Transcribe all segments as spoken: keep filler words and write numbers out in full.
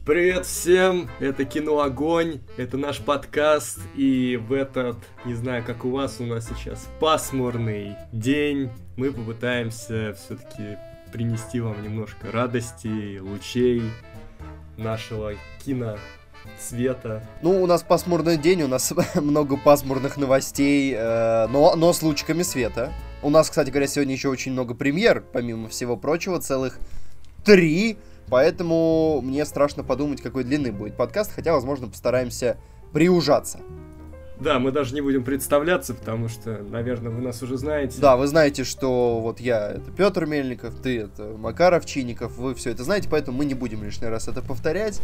Привет всем, это Кино Огонь, это наш подкаст, и в этот, не знаю, как у вас, у нас сейчас пасмурный день, мы попытаемся все-таки принести вам немножко радости, лучей нашего киноцвета. Ну, у нас пасмурный день, у нас много пасмурных новостей, э, но, но с лучиками света. У нас, кстати говоря, сегодня еще очень много премьер, помимо всего прочего, целых три. Поэтому мне страшно подумать, какой длины будет подкаст, хотя, возможно, постараемся приужаться. Да, мы даже не будем представляться, потому что, наверное, вы нас уже знаете. Да, вы знаете, что вот я — это Петр Мельников, ты — это Макар Овчинников, вы все это знаете, поэтому мы не будем лишний раз это повторять.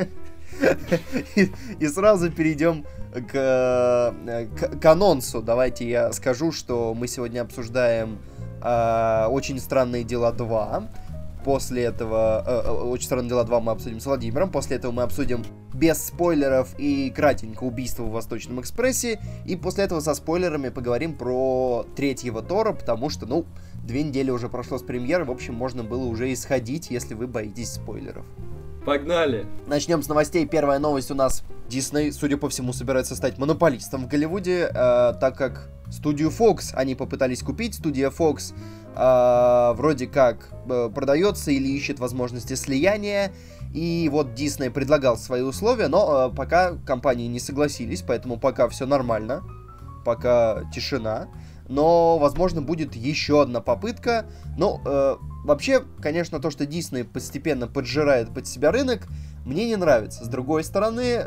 И сразу перейдем к, к, к анонсу. Давайте я скажу, что мы сегодня обсуждаем э, «Очень странные дела два». После этого э, «Очень странные дела два» мы обсудим с Владимиром. После этого мы обсудим без спойлеров и кратенько «Убийство в Восточном экспрессе». И после этого со спойлерами поговорим про третьего Тора, потому что, ну, две недели уже прошло с премьеры. В общем, можно было уже исходить, если вы боитесь спойлеров. Погнали! Начнем с новостей. Первая новость у нас. Дисней, судя по всему, собирается стать монополистом в Голливуде, э, так как студию Fox они попытались купить. Студия Fox э, вроде как э, продается или ищет возможности слияния. И вот Disney предлагал свои условия, но э, пока компании не согласились, поэтому пока все нормально, пока тишина. Но, возможно, будет еще одна попытка. Ну, э, вообще, конечно, то, что Disney постепенно поджирает под себя рынок, мне не нравится. С другой стороны, э,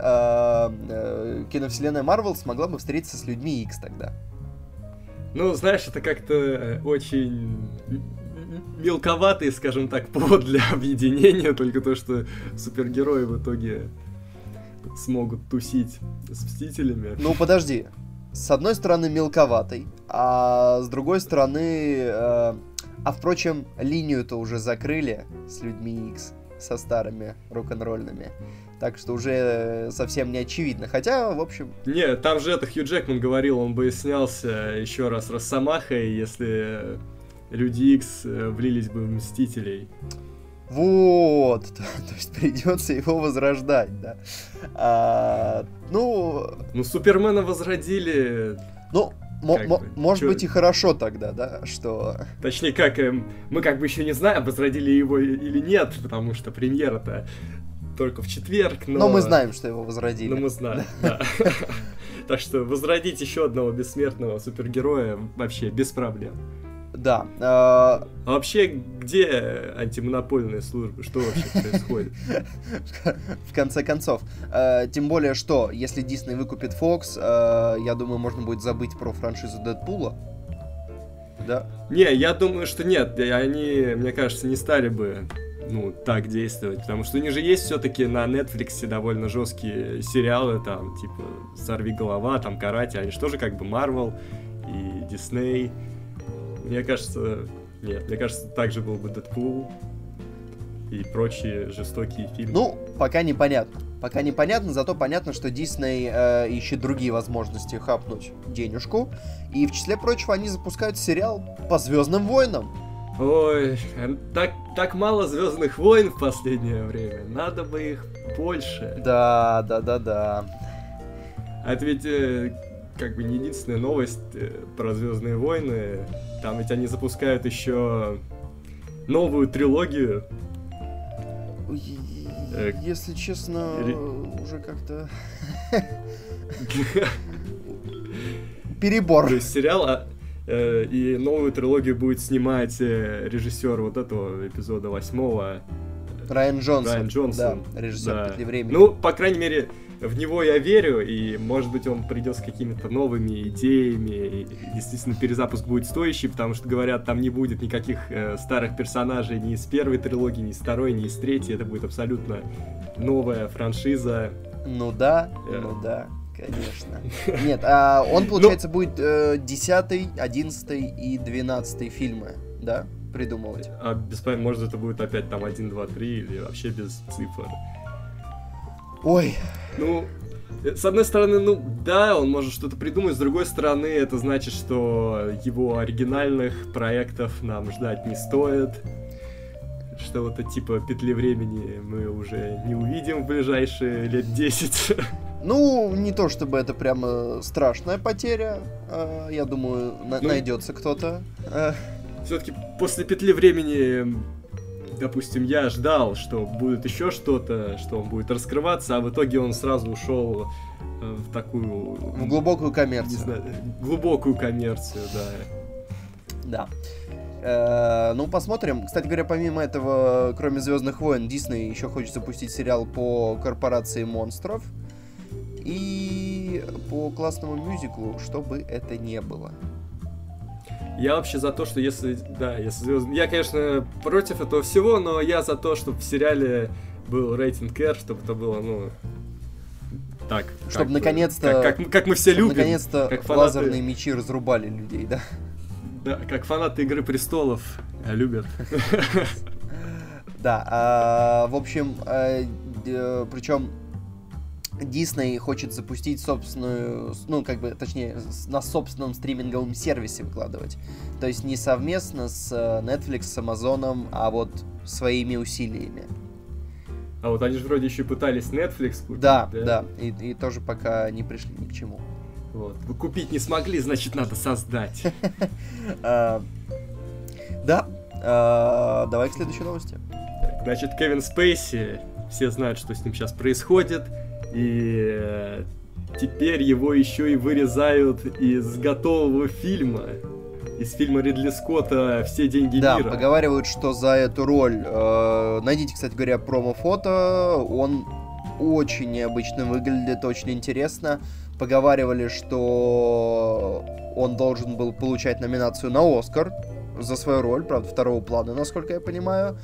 э, киновселенная Marvel смогла бы встретиться с Людьми Икс тогда. Ну, знаешь, это как-то очень мелковатый, скажем так, повод для объединения, только то, что супергерои в итоге смогут тусить с Мстителями. Ну, подожди. С одной стороны, мелковатый, а с другой стороны... Э, а, впрочем, линию-то уже закрыли с Людьми Икс, со старыми рок-н-ролльными. Так что уже совсем не очевидно. Хотя, в общем... Не, там же это Хью Джекман говорил, он бы снялся еще раз Росомахой, если Люди Икс влились бы в Мстителей. Вот, то, то есть придется его возрождать, да. А, ну... Ну, Супермена возродили... Ну, м- м- может Чё? быть и хорошо тогда, да, что... Точнее, как, эм, мы как бы еще не знаем, возродили его или нет, потому что премьера-то только в четверг, но... Но мы знаем, что его возродили. Но мы знаем, да. Так что возродить еще одного бессмертного супергероя вообще без проблем. Да. Э... А вообще, где антимонопольные службы? Что вообще происходит? В конце концов. Э, тем более, что если Disney выкупит Fox, э, я думаю, можно будет забыть про франшизу Дэдпула. Да? Не, я думаю, что нет. Они, мне кажется, не стали бы ну, так действовать, потому что у них же есть все-таки на Netflix довольно жесткие сериалы, там, типа «Сорви голова», там «Карате», они же тоже как бы Marvel и Disney. Мне кажется, нет, мне кажется, также был бы Дэдпул и прочие жестокие фильмы. Ну, пока непонятно. Пока непонятно, зато понятно, что Disney э, ищет другие возможности хапнуть денежку. И в числе прочего они запускают сериал по Звездным войнам. Ой, так, так мало Звездных войн в последнее время. Надо бы их больше. Да, да, да, да. А это ведь э, как бы не единственная новость э, про Звездные войны. Там ведь они запускают еще новую трилогию. Если честно, уже как-то перебор. То есть сериал э, и новую трилогию будет снимать э, режиссер вот этого эпизода восьмого. Райан Джонсон. Райан Джонсон. Да, режиссер да. «Петли времени». Ну, по крайней мере, в него я верю, и, может быть, он придет с какими-то новыми идеями, и действительно перезапуск будет стоящий, потому что, говорят, там не будет никаких э, старых персонажей ни из первой трилогии, ни из второй, ни из третьей, это будет абсолютно новая франшиза. Ну да, Yeah. ну да, конечно. Нет, а он, получается, будет э, десятый, одиннадцатый и двенадцатый фильмы, да, придумывать? А без понятия, может, это будет опять там один, два, три, или вообще без цифр. Ой. Ну, с одной стороны, ну да, он может что-то придумать, с другой стороны, это значит, что его оригинальных проектов нам ждать не стоит. что вот это типа петли времени мы уже не увидим в ближайшие лет десять. Ну, не то чтобы это прямо страшная потеря. Э, я думаю, на- Ну, найдется кто-то. Э, Все-таки после петли времени, допустим, я ждал, что будет еще что-то, что он будет раскрываться, а в итоге он сразу ушел э, в такую... в глубокую не коммерцию. знаю, глубокую коммерцию, да. Да. Э, ну, посмотрим. Кстати говоря, помимо этого, кроме Звездных войн, Дисней еще хочет запустить сериал по корпорации монстров и по классному мюзиклу, что бы это ни было. Я вообще за то, что если, да, если звезд... Я, конечно, против этого всего, но я за то, чтобы в сериале был рейтинг R, чтобы это было, ну, так. Чтобы как бы, наконец-то... Как, как, как мы все чтобы любим. наконец-то как фанаты, лазерные мечи разрубали людей, да? да, как фанаты Игры Престолов э, любят. Да, а, в общем, а, д- причем Disney хочет запустить собственную, ну, как бы, точнее, с- на собственном стриминговом сервисе выкладывать. То есть не совместно с э, Netflix, с Amazon, а вот своими усилиями. А вот они же вроде еще пытались Netflix купить. Да, да, и, и тоже пока не пришли ни к чему. Вот. Вы купить не смогли, значит, надо создать. А, Да, а, давай к следующей новости. Значит, Кевин Спейси, все знают, что с ним сейчас происходит, и э, теперь его еще и вырезают из готового фильма, из фильма Ридли Скотта «Все деньги Да, мира». поговаривают, что за эту роль, э, найдите, кстати говоря, промо-фото, он очень необычно выглядит, очень интересно. Поговаривали, что он должен был получать номинацию на Оскар за свою роль, правда, второго плана, насколько я понимаю.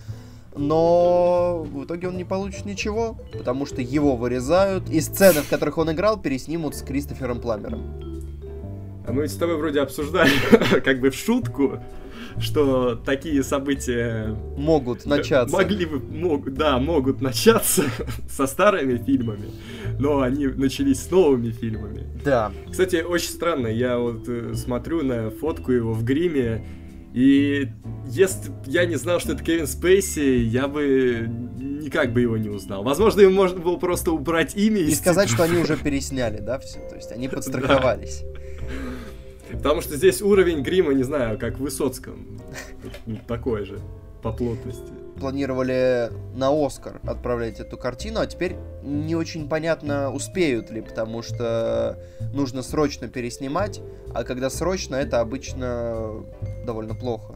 Но в итоге он не получит ничего, потому что его вырезают, и сцены, в которых он играл, переснимут с Кристофером Пламмером. А мы ведь с тобой вроде обсуждали, как бы в шутку, что такие события Могут начаться. могли бы, мог, да, могут начаться со старыми фильмами, но они начались с новыми фильмами. Да. Кстати, очень странно, я вот э, смотрю на фотку его в гриме, и если б я не знал, что это Кевин Спейси, я бы никак бы его не узнал. Возможно, ему можно было просто убрать имя И из сказать, титров. что они уже пересняли, да, все. То есть они подстраховались. Потому что здесь уровень грима, не знаю, как в Высоцком. Ну, такой же, по плотности. Планировали на Оскар отправлять эту картину, а теперь не очень понятно, успеют ли, потому что нужно срочно переснимать, а когда срочно, это обычно довольно плохо.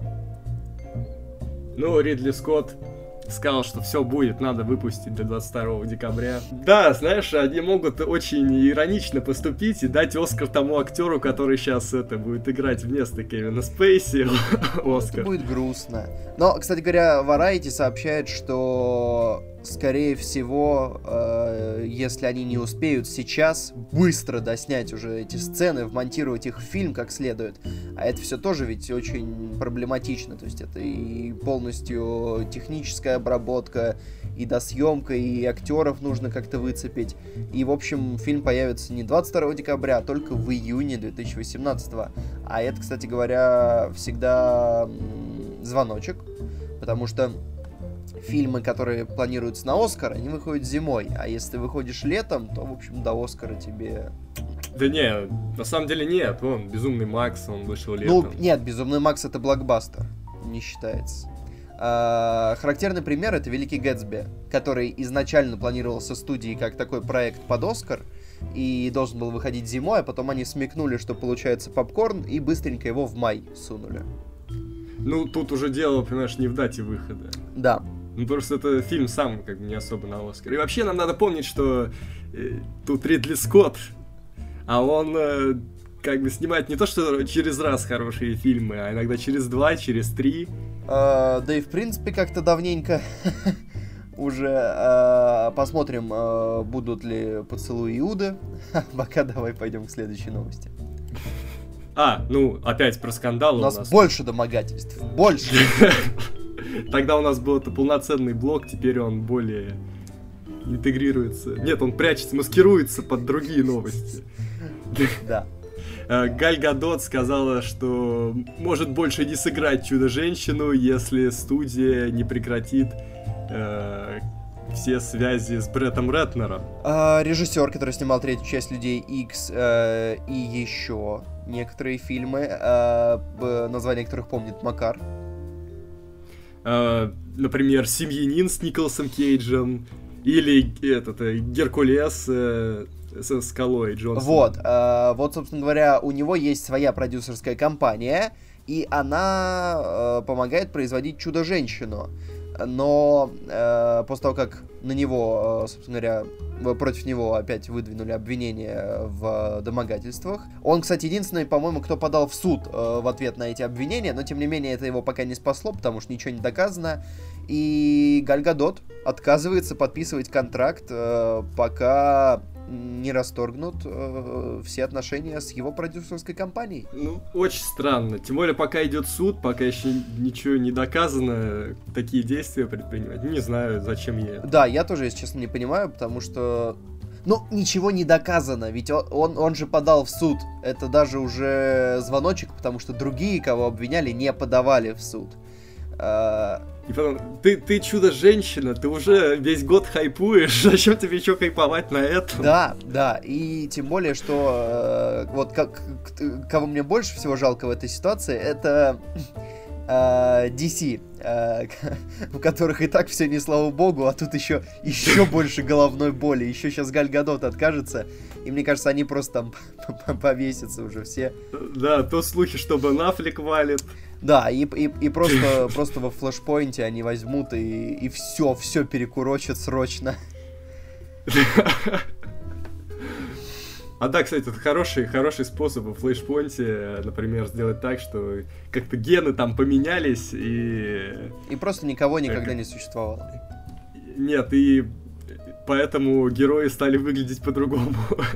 Ну, Ридли Скотт сказал, что все будет, надо выпустить до двадцать второго декабря. Да, знаешь, они могут очень иронично поступить и дать Оскар тому актеру, который сейчас это будет играть вместо Кевина Спейси. Оскар. Это будет грустно. Но, кстати говоря, Variety сообщает, что, скорее всего, э, если они не успеют сейчас быстро доснять уже эти сцены, вмонтировать их в фильм как следует, а это все тоже ведь очень проблематично, то есть это и полностью техническая обработка, и досъемка, и актеров нужно как-то выцепить. И, в общем, фильм появится не двадцать второго декабря, а только в июне две тысячи восемнадцатого. А это, кстати говоря, всегда м, звоночек, потому что фильмы, которые планируются на Оскар, они выходят зимой, а если ты выходишь летом, то, в общем, до Оскара тебе... Да не, на самом деле нет, вон, Безумный Макс, он вышел летом. Ну, нет, Безумный Макс — это блокбастер, не считается. А, характерный пример — это Великий Гэтсби, который изначально планировался студией как такой проект под Оскар и должен был выходить зимой, а потом они смекнули, что получается попкорн, и быстренько его в май сунули. Ну, тут уже дело, понимаешь, не в дате выхода. Да. Ну, просто это фильм сам как бы не особо на Оскар. И вообще нам надо помнить, что э, тут Ридли Скотт, а он э, как бы снимает не то, что через раз хорошие фильмы, а иногда через два, через три. А, да и в принципе как-то давненько уже а, посмотрим, а, будут ли поцелуи Иуды. Пока давай пойдем к следующей новости. А, ну, опять про скандалы У у нас, нас. больше домогательств, больше. Тогда у нас был это полноценный блок, теперь он более интегрируется. Нет, он прячется, маскируется под другие новости. Да. Галь Гадот сказала, что может больше не сыграть Чудо-женщину, если студия не прекратит э, все связи с Бреттом Рэтнером. А, режиссер, который снимал третью часть Людей Икс э, и еще некоторые фильмы, э, названия которых помнит Макар. Э, например, «Семьянин» с Николасом Кейджем или этот, э, «Геркулес» э, со Скалой Джонсоном. Вот, э, вот, собственно говоря, у него есть своя продюсерская компания, и она э, помогает производить «Чудо-женщину». Но э, после того, как на него, э, собственно говоря, против него опять выдвинули обвинения в домогательствах. Он, кстати, единственный, по-моему, кто подал в суд э, в ответ на эти обвинения, но, тем не менее, это его пока не спасло, потому что ничего не доказано. И Галь Гадот отказывается подписывать контракт, э, пока не расторгнут э, все отношения с его продюсерской компанией. Ну, очень странно. Тем более, пока идет суд, пока еще ничего не доказано, такие действия предпринимать. Не знаю, зачем ей это. Да, я тоже, если честно, не понимаю, потому что... Ну, ничего не доказано, ведь он, он, он же подал в суд. Это даже уже звоночек, потому что другие, кого обвиняли, не подавали в суд. А... И потом, ты, ты Чудо-женщина, ты уже весь год хайпуешь, зачем тебе еще хайповать на этом? Да, да, и тем более, что э, вот как, кого мне больше всего жалко в этой ситуации, это э, ди си, э, у которых и так все не слава богу, а тут еще, еще больше головной боли, еще сейчас Галь Гадот откажется, и мне кажется, они просто там повесятся уже все. Да, то слухи, что Бен Аффлек валит. Да, и, и, и просто, просто во флешпоинте они возьмут и, и все, все перекурочат срочно. А да, кстати, это хороший, хороший способ во флешпоинте, например, сделать так, что как-то гены там поменялись и... И просто никого никогда не существовало. Нет, и поэтому герои стали выглядеть по-другому.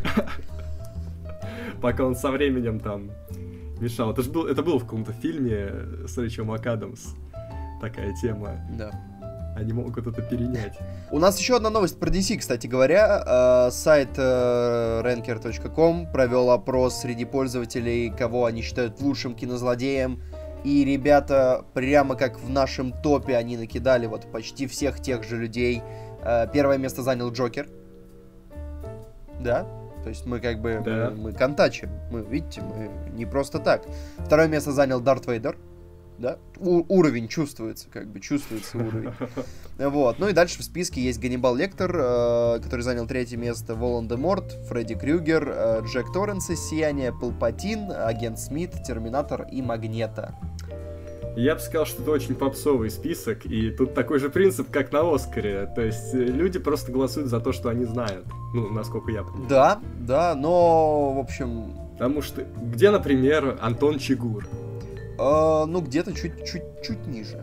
Пока он со временем там... мешал. Это, был, это было в каком-то фильме с Рэйчел МакАдамс. Такая тема. Да. Они могут это перенять. У нас еще одна новость про ди си, кстати говоря. Э, сайт э, рэнкер точка ком провел опрос среди пользователей, кого они считают лучшим кинозлодеем. И ребята, прямо как в нашем топе, они накидали вот почти всех тех же людей. Э, первое место занял Джокер. Да. То есть мы как бы, да. мы, мы контачим, мы, видите, мы не просто так. Второе место занял Дарт Вейдер, да, У- уровень чувствуется, как бы чувствуется уровень. Вот, ну и дальше в списке есть Ганнибал Лектор, э, который занял третье место, Волан-де-Морт, Фредди Крюгер, э, Джек Торренс из «Сияния», Палпатин, Агент Смит, Терминатор и Магнето. Я бы сказал, что это очень попсовый список, и тут такой же принцип, как на Оскаре. То есть люди просто голосуют за то, что они знают. Ну, насколько я понимаю. Да, да, но, в общем... Потому что, где, например, Антон Чигур? Э, ну, где-то чуть-чуть ниже.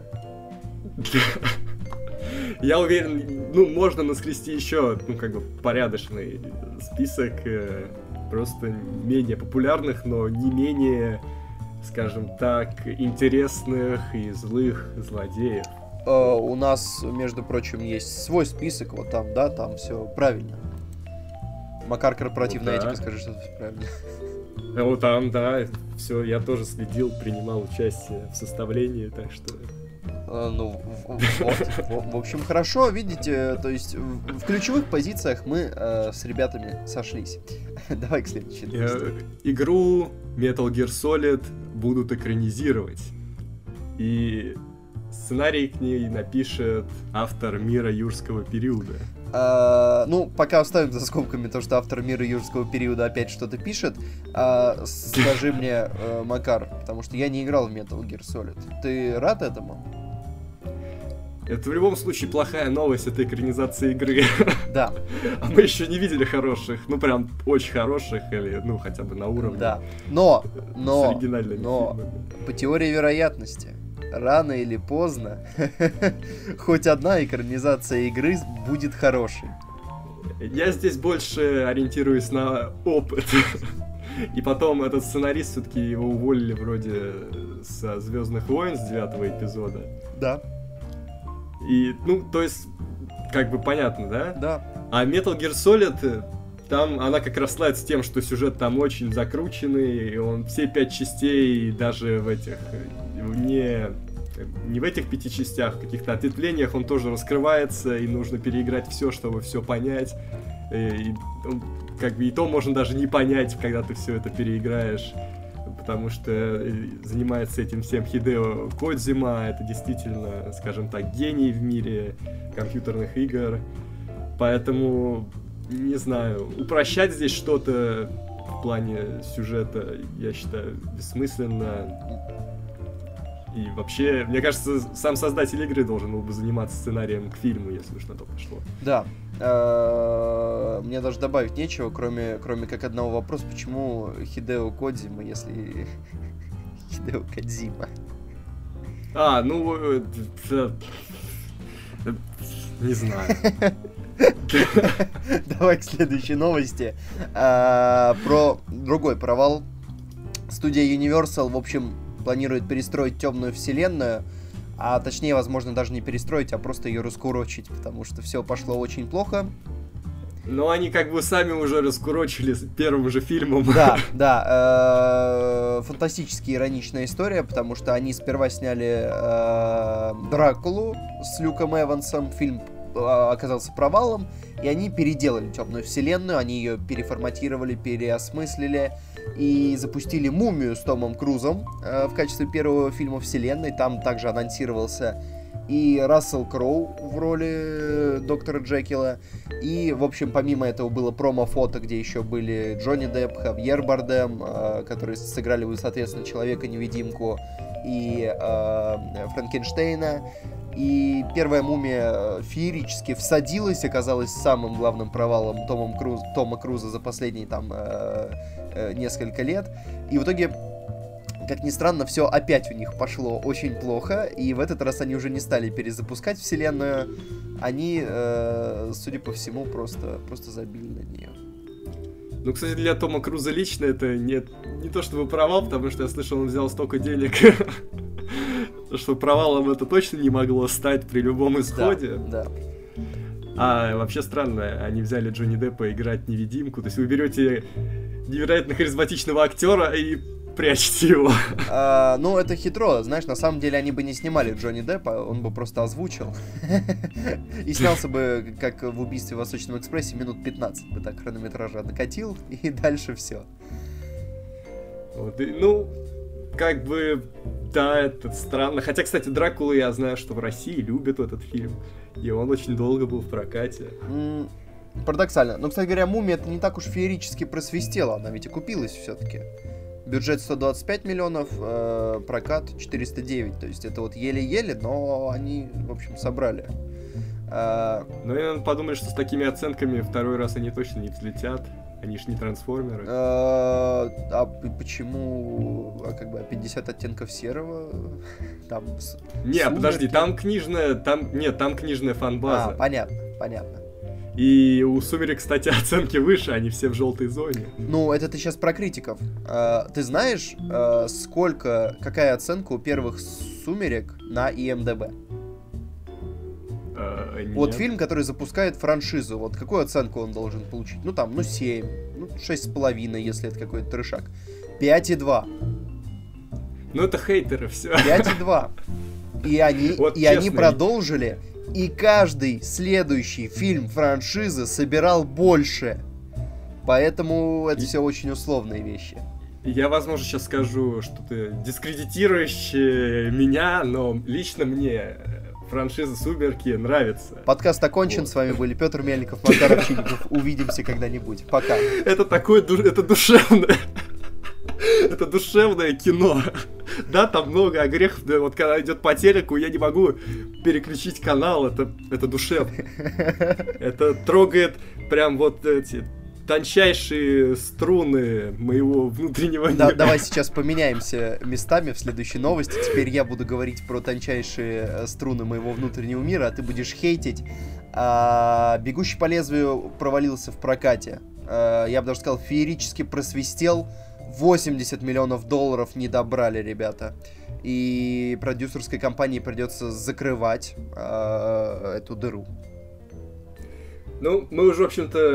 Я уверен, ну, можно наскрести еще, ну, как бы, порядочный список просто менее популярных, но не менее... скажем так, интересных и злых злодеев. Uh, у нас, между прочим, есть свой список, вот там, да, там все правильно. Макар, корпоративная ну, да. этика, скажи, что все правильно. Вот там, да, все, я тоже следил, принимал участие в составлении, так что... Uh, ну, вот, в, в общем, хорошо, видите, то есть в, в ключевых позициях мы uh, с ребятами сошлись. Давай к следующей. Uh, игру Metal Gear Solid будут экранизировать. И сценарий к ней напишет автор «Мира юрского периода». А, ну, пока оставим за скобками то, что автор «Мира юрского периода» опять что-то пишет. А, скажи мне, э, Макар, потому что я не играл в Metal Gear Solid. Ты рад этому? Это в любом случае плохая новость, это экранизация игры. Да. А мы еще не видели хороших, ну прям очень хороших, или ну хотя бы на уровне. Да. Но, но, с оригинальными но, фильмами. По теории вероятности, рано или поздно, хоть одна экранизация игры будет хорошей. Я здесь больше ориентируюсь на опыт. И потом этот сценарист, все-таки его уволили вроде со «Звездных войн» с девятого эпизода. Да. И, ну, то есть, как бы понятно, да? Да. А Metal Gear Solid, там она как раз славится тем, что сюжет там очень закрученный, и он все пять частей, даже в этих, не, не в этих пяти частях, в каких-то ответвлениях он тоже раскрывается, и нужно переиграть все, чтобы все понять. И, и, как бы и то можно даже не понять, когда ты все это переиграешь, потому что занимается этим всем Хидео Кодзима, это действительно, скажем так, гений в мире компьютерных игр, поэтому, не знаю, упрощать здесь что-то в плане сюжета, я считаю, бессмысленно. И вообще, мне кажется, сам создатель игры должен был бы заниматься сценарием к фильму, если уж на то пошло. Да. Мне даже добавить нечего, кроме, кроме как одного вопроса, почему Хидео Кодзима, если Хидео Кодзима. А, ну, не знаю. Давай к следующей новости. Про другой провал. Студия Universal, в общем, планирует перестроить темную вселенную, а точнее, возможно, даже не перестроить, а просто ее раскурочить, потому что все пошло очень плохо. Но они как бы сами уже раскурочили с первым же фильмом. Да, да. Фантастически ироничная история, потому что они сперва сняли Дракулу с Люком Эвансом, фильм оказался провалом, и они переделали темную вселенную, они ее переформатировали, переосмыслили и запустили «Мумию» с Томом Крузом э, в качестве первого фильма вселенной. Там также анонсировался и Рассел Кроу в роли доктора Джекила. И, в общем, помимо этого было промо-фото, где еще были Джонни Депп, Хавьер Бардем, э, которые сыграли, соответственно, Человека-невидимку и э, Франкенштейна. И первая «Мумия» феерически всадилась, оказалась самым главным провалом Томом Круз, Тома Круза за последние там э, э, несколько лет. И в итоге, как ни странно, все опять у них пошло очень плохо. И в этот раз они уже не стали перезапускать вселенную. Они, э, судя по всему, просто, просто забили на нее. Ну, кстати, для Тома Круза лично это не, не то чтобы провал, потому что я слышал, он взял столько денег, что провалом это точно не могло стать при любом исходе. Да, да. А вообще странно, они взяли Джонни Деппа играть невидимку. То есть вы берете невероятно харизматичного актера и прячете его. А, ну, это хитро. Знаешь, на самом деле они бы не снимали Джонни Деппа, он бы просто озвучил. И снялся бы, как в «Убийстве в Восточном экспрессе», минут пятнадцать бы так хронометража накатил, и дальше все. Вот, и, ну, как бы, да, это странно. Хотя, кстати, Дракулу я знаю, что в России любят этот фильм. И он очень долго был в прокате. М- парадоксально. Но, кстати говоря, «Мумия» это не так уж феерически просвистела. Она ведь окупилась все-таки. Бюджет сто двадцать пять миллионов, э- прокат четыреста девять. То есть это вот еле-еле, но они, в общем, собрали. А... Но я подумал, что с такими оценками второй раз они точно не взлетят. Они ж не трансформеры. А, а почему, а как бы, пятьдесят оттенков серого? Там не, сумерки. Подожди, там книжная, там, нет, там книжная фан-база. А, понятно, понятно. И у «Сумерек», кстати, оценки выше, они все в желтой зоне. Ну, это ты сейчас про критиков. А, ты знаешь, а, сколько, какая оценка у первых «Сумерек» на и эм ди би? Uh, вот фильм, который запускает франшизу, вот какую оценку он должен получить? Ну там, ну семь, ну шесть с половиной, если это какой-то трешак. пять и два. Ну это хейтеры, все. пять и два. И они, вот и они продолжили, и каждый следующий фильм франшизы собирал больше. Поэтому это и... все очень условные вещи. Я, возможно, сейчас скажу что-то дискредитирующее меня, но лично мне франшиза «Сумерки» нравится. Подкаст окончен. Вот. С вами были Петр Мельников, Макар Овчинников. Увидимся когда-нибудь. Пока. Это такое, это душевное. Это душевное кино. Да, там много огрехов. Да, вот когда идет по телеку, я не могу переключить канал. Это, это душевно. Это трогает прям вот эти тончайшие струны моего внутреннего мира. Да, давай сейчас поменяемся местами в следующей новости. Теперь я буду говорить про тончайшие струны моего внутреннего мира, а ты будешь хейтить. А, «Бегущий по лезвию» провалился в прокате. А, я бы даже сказал, феерически просвистел. восемьдесят миллионов долларов не добрали, ребята. И продюсерской компании придется закрывать а, эту дыру. Ну, мы уже, в общем-то,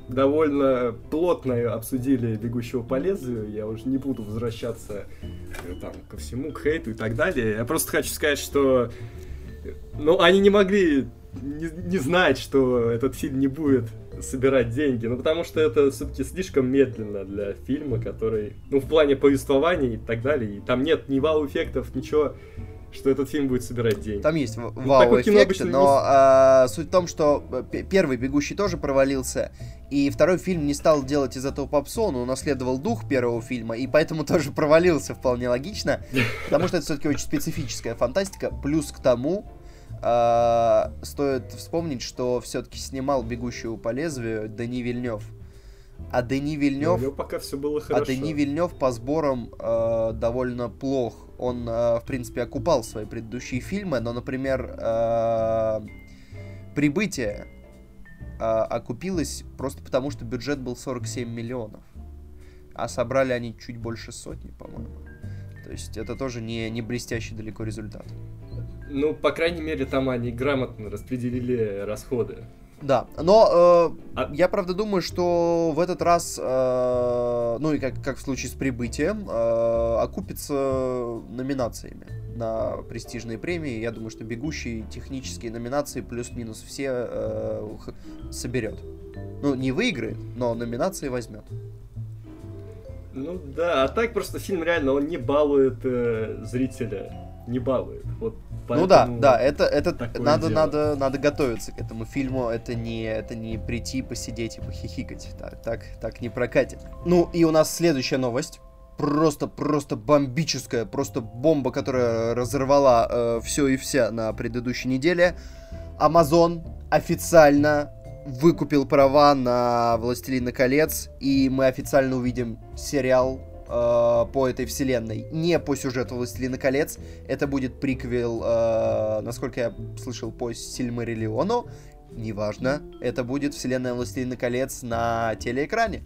довольно плотно обсудили «Бегущего по лезвию», я уже не буду возвращаться там, ко всему, к хейту и так далее. Я просто хочу сказать, что ну, они не могли не, не знать, что этот фильм не будет собирать деньги, ну потому что это все-таки слишком медленно для фильма, который, ну в плане повествования и так далее, и там нет ни вау-эффектов, ничего, что этот фильм будет собирать деньги. Там есть ну, вау-эффекты, но а, суть в том, что первый «Бегущий» тоже провалился, и второй фильм не стал делать из этого попсу, он унаследовал дух первого фильма, и поэтому тоже провалился вполне логично, потому что это все-таки очень специфическая фантастика, плюс к тому, Uh, стоит вспомнить, что все-таки снимал «Бегущего по лезвию» Дени Вильнёв. А Дени Вильнёв... Ну, пока все было хорошо. А Дени Вильнёв по сборам uh, довольно плох. Он, uh, в принципе, окупал свои предыдущие фильмы, но, например, uh, «Прибытие» uh, окупилось просто потому, что бюджет был сорок семь миллионов. А собрали они чуть больше сотни, по-моему. То есть это тоже не, не блестящий далеко результат. Ну, по крайней мере, там они грамотно распределили расходы. Да, но э, а... я правда думаю, что в этот раз, э, ну и как, как в случае с «Прибытием», э, окупится номинациями на престижные премии. Я думаю, что «Бегущий» технические номинации плюс-минус все э, соберет. Ну, не выиграет, но номинации возьмет. Ну да, а так просто фильм реально, он не балует э, зрителя. Не балует. Вот ну да, да, это, это надо, дело. надо, надо готовиться к этому фильму. Это не, это не прийти, посидеть и похихикать. Так, так, так не прокатит. Ну и у нас следующая новость. Просто, просто бомбическая, просто бомба, которая разорвала э, все и вся на предыдущей неделе. Amazon официально выкупил права на «Властелина колец», и мы официально увидим сериал по этой вселенной, не по сюжету «Властелина колец». Это будет приквел, э, насколько я слышал, по «Сильмариллиону». Неважно, это будет вселенная «Властелина колец» на телеэкране.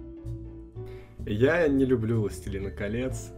Я не люблю «Властелина колец».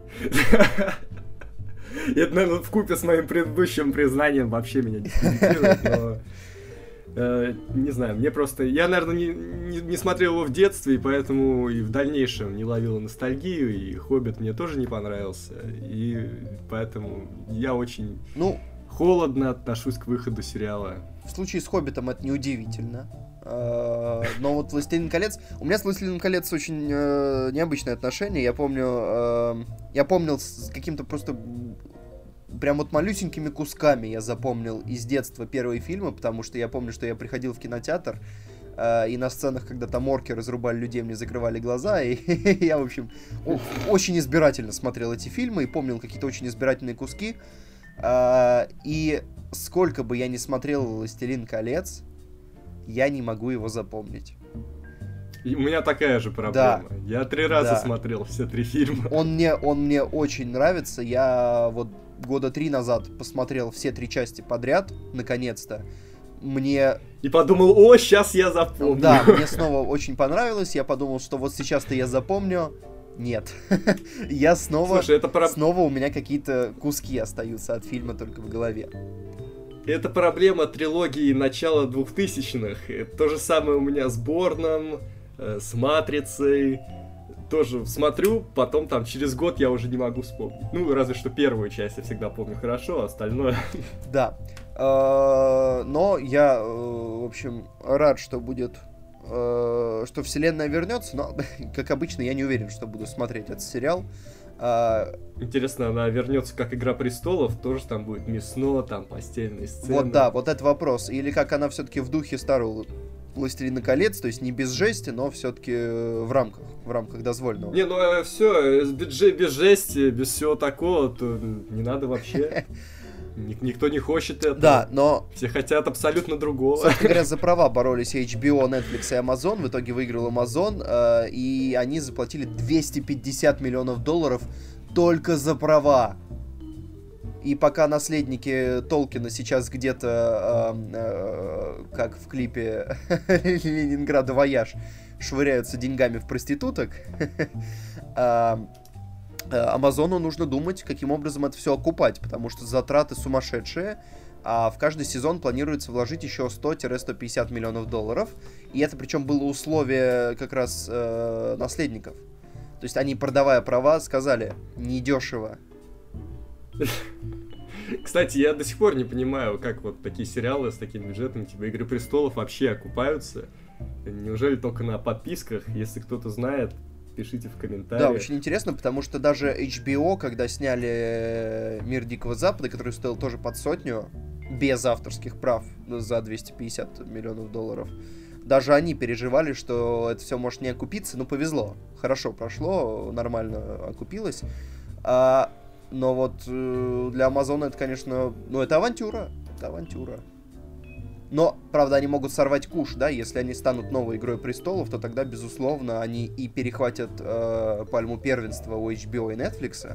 Это, наверное, вкупе с моим предыдущим признанием вообще меня дискредитирует, но... Uh, не знаю, мне просто... Я, наверное, не, не, не смотрел его в детстве, и поэтому и в дальнейшем не ловил ностальгию, и «Хоббит» мне тоже не понравился, и поэтому я очень ну, холодно отношусь к выходу сериала. В случае с «Хоббитом» это неудивительно. Uh, но вот «Властелин колец»... У меня с «Властелином колец» очень uh, необычное отношение. Я помню... Uh, я помнил с каким-то просто... Прям вот малюсенькими кусками я запомнил из детства первые фильмы, потому что я помню, что я приходил в кинотеатр, э, и на сценах, когда там орки разрубали людей, мне закрывали глаза, и я, в общем, о- очень избирательно смотрел эти фильмы и помнил какие-то очень избирательные куски. Э, и сколько бы я ни смотрел «Властелин колец», я не могу его запомнить. И у меня такая же проблема. Да. Я три раза да. смотрел все три фильма. Он мне, он мне очень нравится. Я вот года три назад посмотрел все три части подряд, наконец-то. Мне... И подумал, о, сейчас я запомню. Да, мне снова очень понравилось. Я подумал, что вот сейчас-то я запомню. Нет. Я снова... Слушай, это про... Снова у меня какие-то куски остаются от фильма только в голове. Это проблема трилогии начала двухтысячных. То же самое у меня с Борном, с «Матрицей». Тоже смотрю, потом там через год я уже не могу вспомнить. Ну, разве что первую часть я всегда помню хорошо, а остальное... Да. Но я, в общем, рад, что будет... Что вселенная вернется, но, как обычно, я не уверен, что буду смотреть этот сериал. Интересно, она вернется как «Игра престолов», тоже там будет мясно, там постельные сцены. Вот да, вот это вопрос. Или как она все-таки в духе старого «Властелина колец», то есть не без жести, но все-таки в рамках, в рамках дозволенного. Не, ну все, без, без жести, без всего такого, то не надо вообще. Никто не хочет этого. Да, но... Все хотят абсолютно другого. Собственно говоря, за права боролись эйч би о, Netflix и Amazon. В итоге выиграл Amazon, э, и они заплатили двести пятьдесят миллионов долларов только за права. И пока наследники Толкина сейчас где-то, э, э, как в клипе Ленинграда «Вояж», швыряются деньгами в проституток, э, Амазону нужно думать, каким образом это все окупать, потому что затраты сумасшедшие, а в каждый сезон планируется вложить еще сто - сто пятьдесят миллионов долларов. И это причем было условие как раз э, наследников. То есть они, продавая права, сказали, недешево. Кстати, я до сих пор не понимаю, как вот такие сериалы с таким бюджетом, типа «Игры престолов» вообще окупаются. Неужели только на подписках? Если кто-то знает, пишите в комментариях. Да, очень интересно, потому что даже эйч би о, когда сняли «Мир Дикого Запада», который стоил тоже под сотню, без авторских прав, за двести пятьдесят миллионов долларов, даже они переживали, что это все может не окупиться, но повезло. Хорошо прошло, нормально окупилось. А, но вот э, для Амазона это, конечно, ну это авантюра, это авантюра. Но, правда, они могут сорвать куш, да, если они станут новой «Игрой престолов», то тогда, безусловно, они и перехватят э, пальму первенства у эйч би о и Netflix.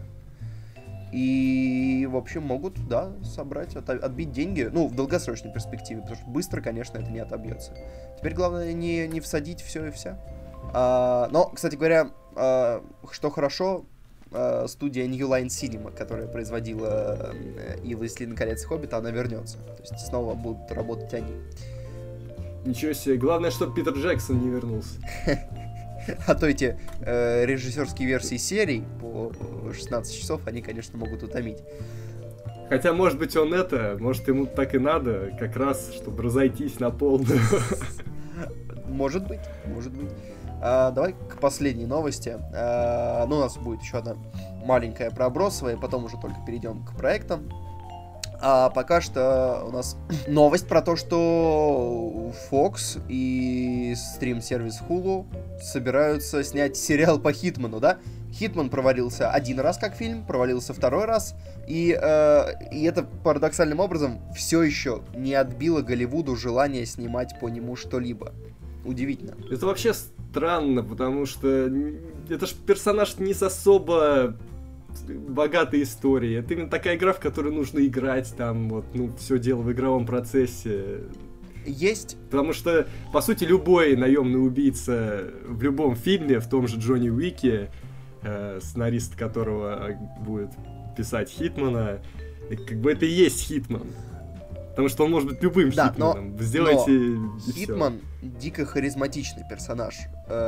И, в общем, могут, да, собрать, от, отбить деньги, ну, в долгосрочной перспективе, потому что быстро, конечно, это не отобьется. Теперь главное не, не всадить все и вся. А, но, кстати говоря, а, что хорошо, а, студия New Line Cinema, которая производила и «Властелин колец» и «Хоббита», она вернется. То есть снова будут работать они. Ничего себе. Главное, чтобы Питер Джексон не вернулся. А то эти э, режиссерские версии серий по шестнадцать часов, они, конечно, могут утомить. Хотя, может быть, он это, может, ему так и надо, как раз, чтобы разойтись на полную. Может быть, может быть. А, давай к последней новости. А, ну, у нас будет еще одна маленькая пробросовая, потом уже только перейдем к проектам. А пока что у нас новость про то, что Fox и стрим-сервис Hulu собираются снять сериал по Хитману, да? Хитман провалился один раз как фильм, провалился второй раз, и, э, и это парадоксальным образом все еще не отбило Голливуду желание снимать по нему что-либо. Удивительно. Это вообще странно, потому что это ж персонаж не с особо богатой историей. Это именно такая игра, в которую нужно играть, там вот, ну, все дело в игровом процессе. Есть. Потому что, по сути, любой наемный убийца в любом фильме, в том же Джонни Уике, э, сценарист которого будет писать Хитмана, как бы это и есть Хитман. Потому что он может быть любым да, Хитманом. Но, Сделайте но и Хитман всё. Дико харизматичный персонаж.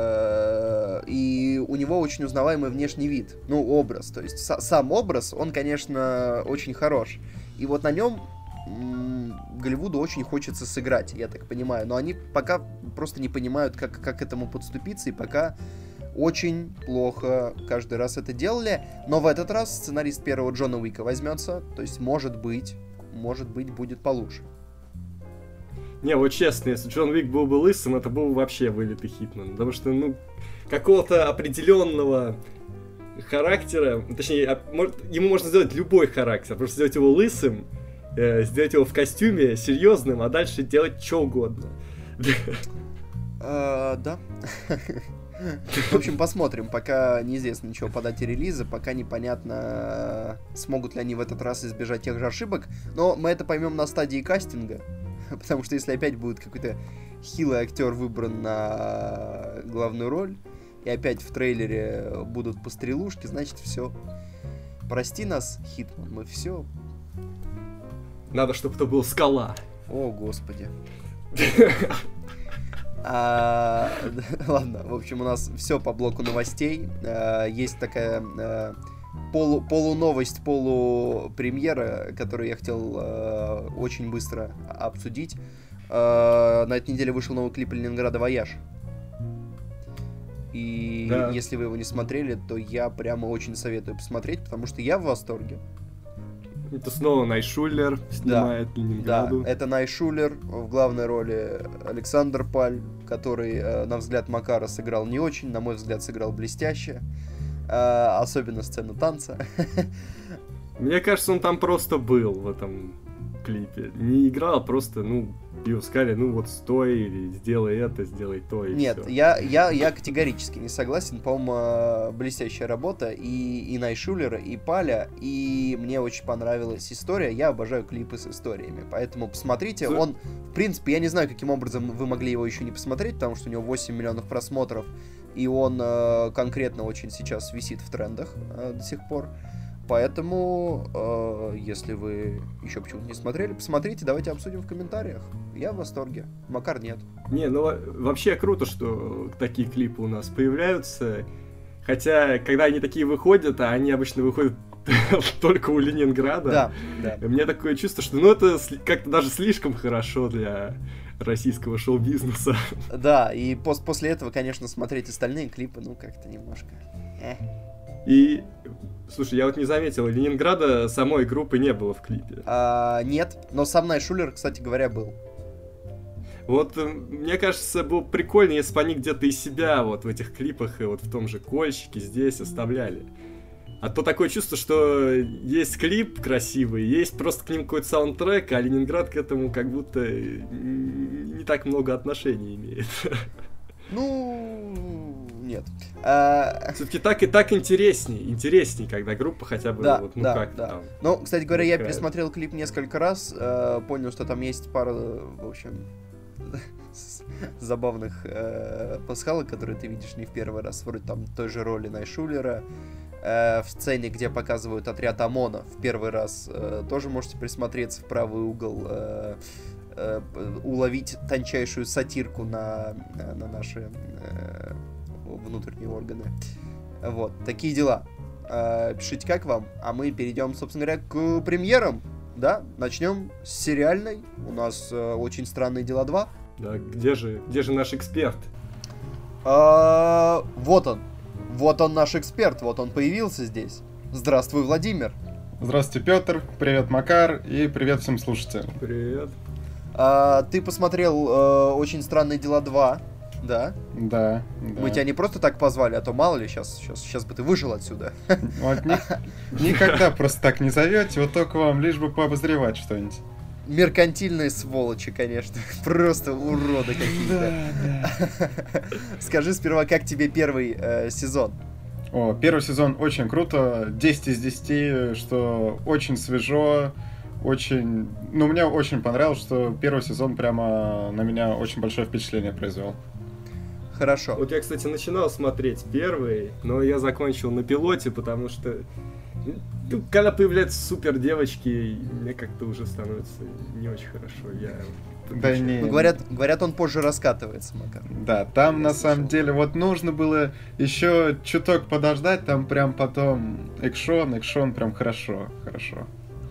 И у него очень узнаваемый внешний вид. Ну, образ. То есть сам образ, он, конечно, очень хорош. И вот на нем Голливуду очень хочется сыграть, я так понимаю. Но они пока просто не понимают, как, как к этому подступиться. И пока очень плохо каждый раз это делали. Но в этот раз сценарист первого Джона Уика возьмется. То есть, может быть... может быть, будет получше. Не, вот честно, если Джон Уик был бы лысым, это был бы вообще вылитый Хитман. Потому что, ну, какого-то определенного характера, точнее, может, ему можно сделать любой характер, просто сделать его лысым, э, сделать его в костюме серьезным, а дальше делать что угодно. Да. В общем, посмотрим. Пока неизвестно ничего по дате релиза, пока непонятно, смогут ли они в этот раз избежать тех же ошибок. Но мы это поймем на стадии кастинга. Потому что если опять будет какой-то хилый актер выбран на главную роль, и опять в трейлере будут пострелушки, значит все. Прости нас, Хитман, мы все. Надо, чтобы это был Скала. О, господи. А, ладно, в общем, у нас все по блоку новостей. А, есть такая а, полу, полуновость, полупремьера, которую я хотел а, очень быстро обсудить. А, на этой неделе вышел новый клип Ленинграда «Вояж». И да. Если вы его не смотрели, то я прямо очень советую посмотреть, потому что я в восторге. Это снова Найшулер снимает да, Ленинграду. Да, это Найшулер, в главной роли Александр Паль, который, на взгляд Макара, сыграл не очень, на мой взгляд, сыграл блестяще. Особенно сцена танца. Мне кажется, он там просто был в этом клипе. Не играл, просто, ну, его сказали, ну вот стой, или сделай это, сделай то, и Нет, всё. я, я, я категорически не согласен. По-моему, блестящая работа и, и Найшулера, и Паля, и мне очень понравилась история. Я обожаю клипы с историями, поэтому посмотрите. Он, в принципе, я не знаю, каким образом вы могли его еще не посмотреть, потому что у него восемь миллионов просмотров, и он э, конкретно очень сейчас висит в трендах э, до сих пор. Поэтому, э, если вы еще почему-то не смотрели, посмотрите, давайте обсудим в комментариях. Я в восторге. Макар нет. Не, ну вообще круто, что такие клипы у нас появляются. Хотя, когда они такие выходят, а они обычно выходят только у Ленинграда. Да, да. У меня такое чувство, что ну это как-то даже слишком хорошо для российского шоу-бизнеса. Да, и пос- после этого, конечно, смотреть остальные клипы, ну, как-то немножко... Э. И, слушай, я вот не заметил, Ленинграда самой группы не было в клипе. А, нет, но сам Найшулер, кстати говоря, был. Вот, мне кажется, было прикольно, если бы они где-то и себя вот в этих клипах и вот в том же Кольщике здесь оставляли. А то такое чувство, что есть клип красивый, есть просто к ним какой-то саундтрек, а Ленинград к этому как будто не так много отношений имеет. Ну, нет. А... Все-таки так и так интересней, интересней, когда группа хотя бы да, вот, ну да, как да. там. Ну, кстати говоря, такая... я пересмотрел клип несколько раз, э, понял, что там есть пара, в общем, забавных э, пасхалок, которые ты видишь не в первый раз, вроде там той же роли Найшулера. Э, в сцене, где показывают отряд ОМОНа в первый раз, э, тоже можете присмотреться в правый угол, э, э, уловить тончайшую сатирку на, на, на наши э, внутренние органы. Вот, такие дела. Э, пишите, как вам, а мы перейдем, собственно говоря, к премьерам. Да, начнем с сериальной. У нас э, «Очень странные дела два». Да, где же, где же наш эксперт? А, вот он. Вот он, наш эксперт, вот он появился здесь. Здравствуй, Владимир. Здравствуйте, Петр, привет, Макар, и привет всем слушателям. Привет. А, ты посмотрел э, «Очень странные дела два», да? Да, да. Мы тебя не просто так позвали, а то мало ли, сейчас, сейчас, сейчас бы ты выжил отсюда. Вот ни, никогда просто так не зовете, вот только вам лишь бы пообозревать что-нибудь. Меркантильные сволочи, конечно. Просто уроды какие-то. Да, да. Скажи сперва, как тебе первый э, сезон? О, первый сезон очень круто, десять из десяти, что очень свежо, очень... Ну, мне очень понравилось, что первый сезон прямо на меня очень большое впечатление произвел. Хорошо. Вот я, кстати, начинал смотреть первый, но я закончил на пилоте, потому что... Ну, когда появляются супер девочки, мне как-то уже становится не очень хорошо. Я да не... Ну, говорят, говорят, он позже раскатывается, Макар. Да, там я на слышал. самом деле вот нужно было еще чуток подождать, там прям потом экшон, экшон прям хорошо, хорошо.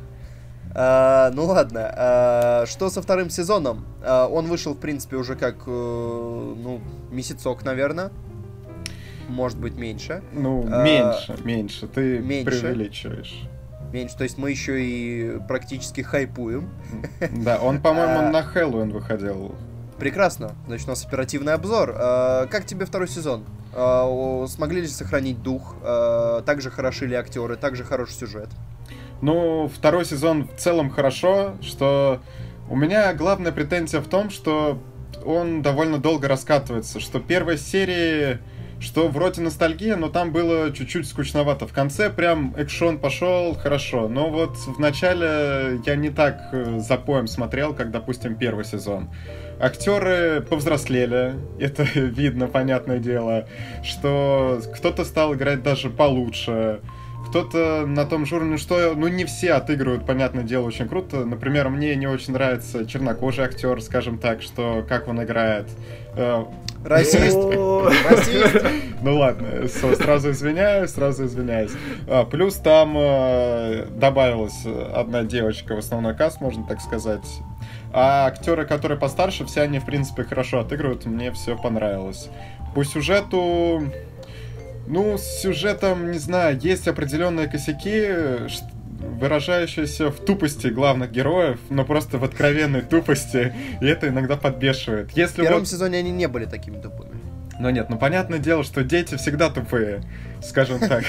А, ну ладно, а, что со вторым сезоном? А, он вышел, в принципе, уже как, э, ну, месяцок, наверное. Может быть, меньше. Ну, а, меньше, меньше, ты меньше. преувеличиваешь. Меньше, то есть мы еще и практически хайпуем. Да, он, по-моему, на Хэллоуин выходил. Прекрасно, значит, у нас оперативный обзор. А, как тебе второй сезон? А, смогли ли сохранить дух? А, также хороши ли актеры? Также хороший сюжет? Ну, второй сезон в целом хорошо, что у меня главная претензия в том, что он довольно долго раскатывается, что первой серии, что вроде ностальгия, но там было чуть-чуть скучновато. В конце прям экшон пошел хорошо, но вот в начале я не так запоем смотрел, как, допустим, первый сезон. Актеры повзрослели, это видно, понятное дело, что кто-то стал играть даже получше. Кто-то на том же уровне, что, ну, не все отыгрывают, понятное дело, очень круто. Например, мне не очень нравится чернокожий актер, скажем так, что как он играет. Расист! Расист! Ну ладно, сразу извиняюсь, сразу извиняюсь. Плюс там добавилась одна девочка в основной каст, можно так сказать. А актеры, которые постарше, все они, в принципе, хорошо отыгрывают, мне все понравилось. По сюжету... Ну, с сюжетом, не знаю, есть определенные косяки, выражающиеся в тупости главных героев, но просто в откровенной тупости, и это иногда подбешивает. Если в первом вот... сезоне они не были такими тупыми. Ну нет, ну понятное дело, что дети всегда тупые, скажем так.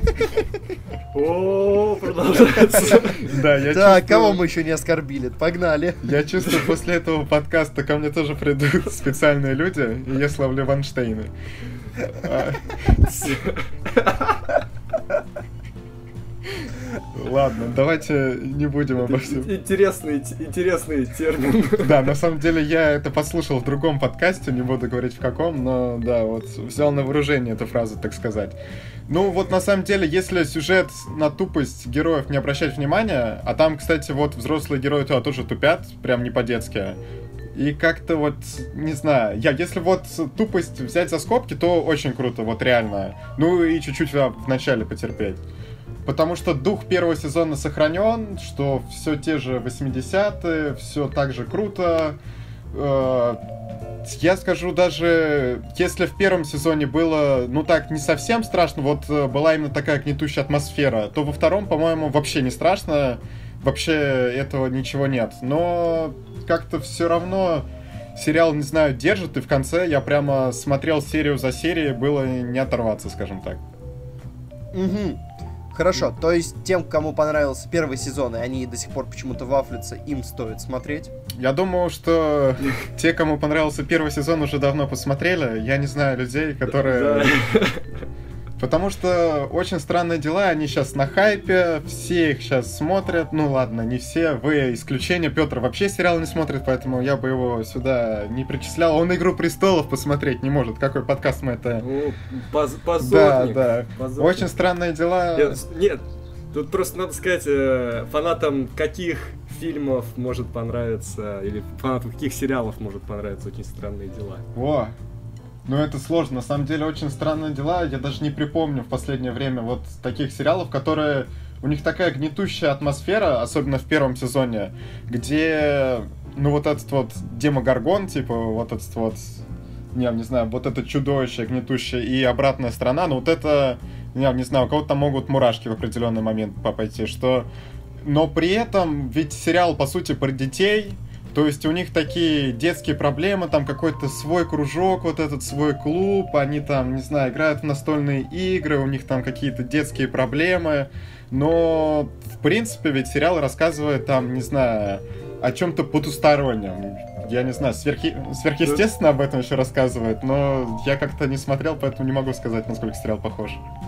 О, продолжается. Да, я Так, кого мы еще не оскорбили? Погнали. Я чувствую, после этого подкаста ко мне тоже придут специальные люди, и я славлю Вайнштейна. Ладно, давайте не будем обо всем. Интересный, интересный термин. Да, на самом деле я это послушал в другом подкасте, не буду говорить в каком, но да, вот взял на вооружение эту фразу, так сказать. Ну вот на самом деле, если сюжет на тупость героев не обращать внимания, а там, кстати, вот взрослые герои туда тоже тупят, прям не по-детски, и как-то вот, не знаю, я, если вот тупость взять за скобки, то очень круто, вот реально. Ну и чуть-чуть в начале потерпеть. Потому что дух первого сезона сохранен, что все те же восьмидесятые, все так же круто. Я скажу даже, если в первом сезоне было, ну так, не совсем страшно, вот была именно такая гнетущая атмосфера, то во втором, по-моему, вообще не страшно, вообще этого ничего нет. Но как-то все равно сериал, не знаю, держит, и в конце я прямо смотрел серию за серией, было не оторваться, скажем так. Угу. Хорошо, то есть тем, кому понравился первый сезон, и они до сих пор почему-то вафлятся, им стоит смотреть? Я думаю, что те, кому понравился первый сезон, уже давно посмотрели. Я не знаю людей, которые... Потому что «Очень странные дела», они сейчас на хайпе, все их сейчас смотрят. Ну ладно, не все, вы исключение. Петр вообще сериал не смотрит, поэтому я бы его сюда не причислял. Он «Игру престолов» посмотреть не может. Какой подкаст мы это... Ну, поз- позорник. Да, да. Позорник. «Очень странные дела». Нет, нет, тут просто надо сказать, э, фанатам каких фильмов может понравиться, или фанатам каких сериалов может понравиться «Очень странные дела». Во! Ну, это сложно. На самом деле, «Очень странные дела». Я даже не припомню в последнее время вот таких сериалов, которые... У них такая гнетущая атмосфера, особенно в первом сезоне, где, ну, вот этот вот Демогоргон, типа, вот этот вот... Не, не знаю, вот это чудовище гнетущее и обратная сторона, ну, вот это... Не, не знаю, у кого-то там могут мурашки в определенный момент пойти, что... Но при этом, ведь сериал, по сути, про детей... То есть у них такие детские проблемы, там какой-то свой кружок, вот этот свой клуб, они там, не знаю, играют в настольные игры, у них там какие-то детские проблемы, но, в принципе, ведь сериал рассказывает там, не знаю, о чем-то потустороннем. Я не знаю, сверхи... сверхъестественно об этом еще рассказывает, но я как-то не смотрел, поэтому не могу сказать, насколько сериал похож.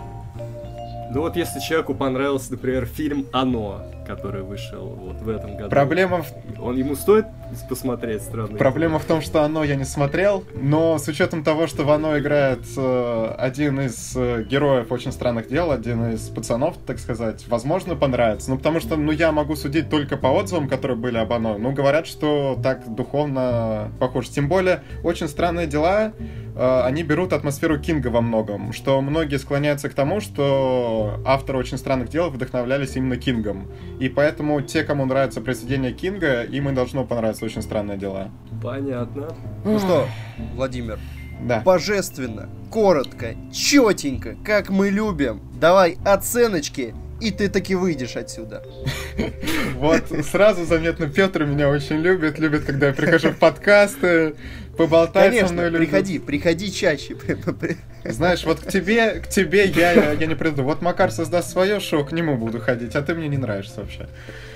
Ну вот если человеку понравился, например, фильм «Оно», который вышел вот в этом году. Проблема в... Он ему стоит посмотреть «Странные Проблема дела»? в том, что «Оно» я не смотрел, но с учетом того, что в «Оно» играет э, один из э, героев «Очень странных дел», один из пацанов, так сказать, возможно, понравится. Ну, потому что, ну, я могу судить только по отзывам, которые были об «Оно». Ну, говорят, что так духовно похоже. Тем более, «Очень странные дела», э, они берут атмосферу Кинга во многом, что многие склоняются к тому, что авторы «Очень странных дел» вдохновлялись именно Кингом. И поэтому те, кому нравится произведение Кинга, им и должно понравиться «Очень странные дела». Понятно. Ну что, Владимир, Да. божественно, коротко, четенько, как мы любим. Давай оценочки, и ты таки выйдешь отсюда. Вот сразу заметно, Петр меня очень любит, любит, когда я прихожу в подкасты, поболтать Конечно, со мной любит. приходи, приходи чаще. Знаешь, вот к тебе, к тебе я, я не приду. Вот Макар создаст свое шоу, к нему буду ходить, а ты мне не нравишься вообще.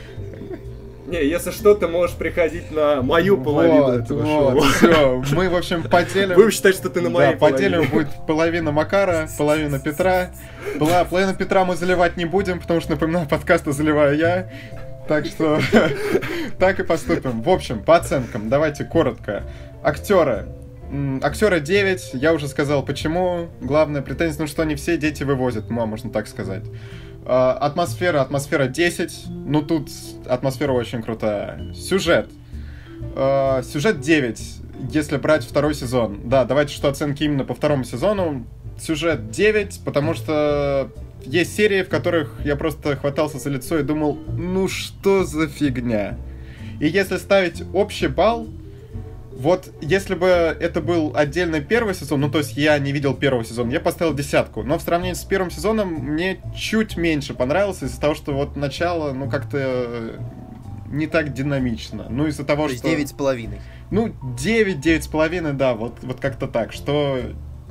Не, если что, ты можешь приходить на мою половину Вот, этого вот, шоу. все, мы, в общем, поделим... Будем считать, что ты на моей Да, половине. поделим, будет половина Макара, половина Петра. Была, половину Петра мы заливать не будем, потому что, напоминаю, подкасты заливаю я. Так что так и поступим. В общем, по оценкам, давайте коротко. Актеры. М, Актеры девять, я уже сказал почему. Главная претензия, ну что не все дети вывозят, ну, можно так сказать. А, Атмосфера, атмосфера десять. Ну тут атмосфера очень крутая. Сюжет. А, Сюжет девять, если брать второй сезон. Да, давайте что оценки именно по второму сезону. Сюжет девять, потому что есть серии, в которых я просто хватался за лицо и думал, ну что за фигня. И если ставить общий балл, вот если бы это был отдельный первый сезон, ну то есть я не видел первого сезона, я поставил десятку. Но в сравнении с первым сезоном мне чуть меньше понравилось из-за того, что вот начало, ну как-то не так динамично. Ну из-за того, То есть что... девять с половиной. Ну, девять, девять с половиной, да, вот, вот как-то так, что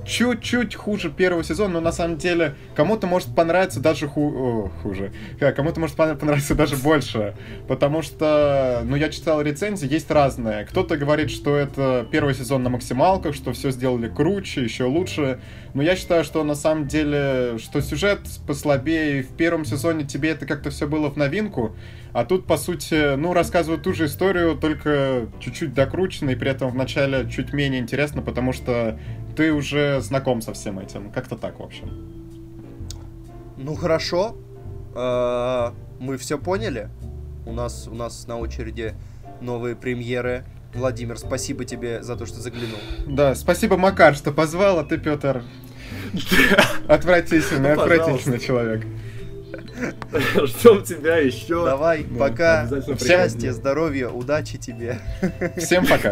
чуть-чуть хуже первого сезона, но на самом деле кому-то может понравиться даже ху... О, хуже. Кому-то может понравиться даже больше. Потому что, ну, я читал рецензии, есть разные. Кто-то говорит, что это первый сезон на максималках, что все сделали круче, еще лучше. Но я считаю, что на самом деле, что сюжет послабее. И в первом сезоне тебе это как-то все было в новинку. А тут, по сути, ну, рассказывают ту же историю, только чуть-чуть докручено, и при этом вначале чуть менее интересно, потому что ты уже знаком со всем этим. Как-то так, в общем. Ну, хорошо. А, мы все поняли. У нас, у нас на очереди новые премьеры. Владимир, спасибо тебе за то, что заглянул. Да, спасибо, Макар, что позвал, а ты, Петр, отвратительный, отвратительный человек. Ждем тебя еще. Давай, да, пока. Счастья, Всем... здоровья, удачи тебе. Всем пока.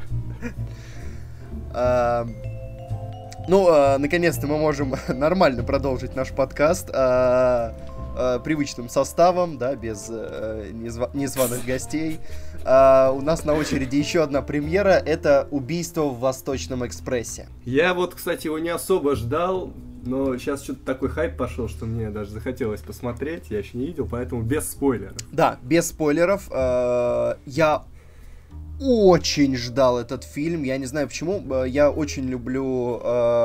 А, ну, а, наконец-то мы можем нормально продолжить наш подкаст а, а, привычным составом, да, без а, незва- незваных гостей. А, у нас на очереди еще одна премьера. Это «Убийство в Восточном экспрессе». Я вот, кстати, его не особо ждал. Но сейчас что-то такой хайп пошел, что мне даже захотелось посмотреть. Я еще не видел, поэтому без спойлеров. Да, без спойлеров. Я очень ждал этот фильм. Я не знаю почему. Я очень люблю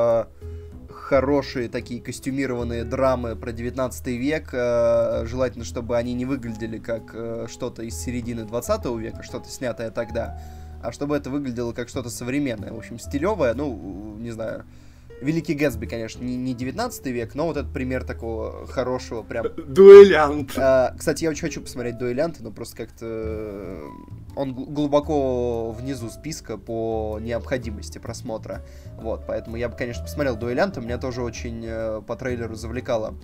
хорошие такие костюмированные драмы про девятнадцатый век. Желательно, чтобы они не выглядели как что-то из середины двадцатого века, что-то снятое тогда, а чтобы это выглядело как что-то современное. В общем, стилевое, ну, не знаю... Великий Гэтсби, конечно, не, не девятнадцатый век, но вот этот пример такого хорошего прям... Дуэлянт! А, кстати, я очень хочу посмотреть «Дуэлянта», но просто как-то... Он глубоко внизу списка по необходимости просмотра. Вот, поэтому я бы, конечно, посмотрел «Дуэлянта», меня тоже очень э, по трейлеру завлекало.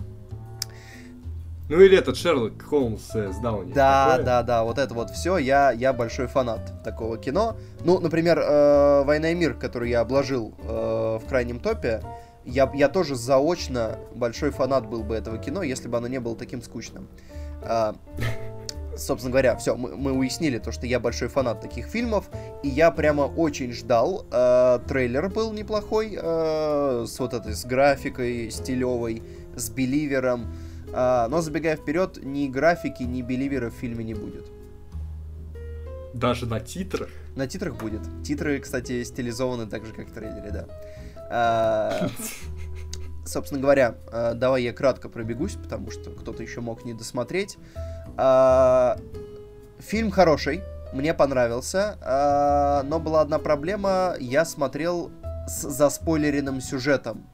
Ну или этот Шерлок Холмс с Дауни. Да, такое? да, да, вот это вот все. Я, я большой фанат такого кино. Ну, например, э, «Война и мир», который я обложил э, в крайнем топе, я, я тоже заочно большой фанат был бы этого кино, если бы оно не было таким скучным. Э, собственно говоря, все, мы, мы уяснили то, что я большой фанат таких фильмов, и я прямо очень ждал. Э, трейлер был неплохой, э, с вот этой, с графикой стилевой, с Беливером. Uh, но, забегая вперед, ни графики, ни Беливера в фильме не будет. Даже на титрах? На титрах будет. Титры, кстати, стилизованы так же, как в трейлере, да. Uh, собственно говоря, uh, давай я кратко пробегусь, потому что кто-то еще мог не досмотреть. Uh, фильм хороший, мне понравился, uh, но была одна проблема, я смотрел с заспойлеренным сюжетом.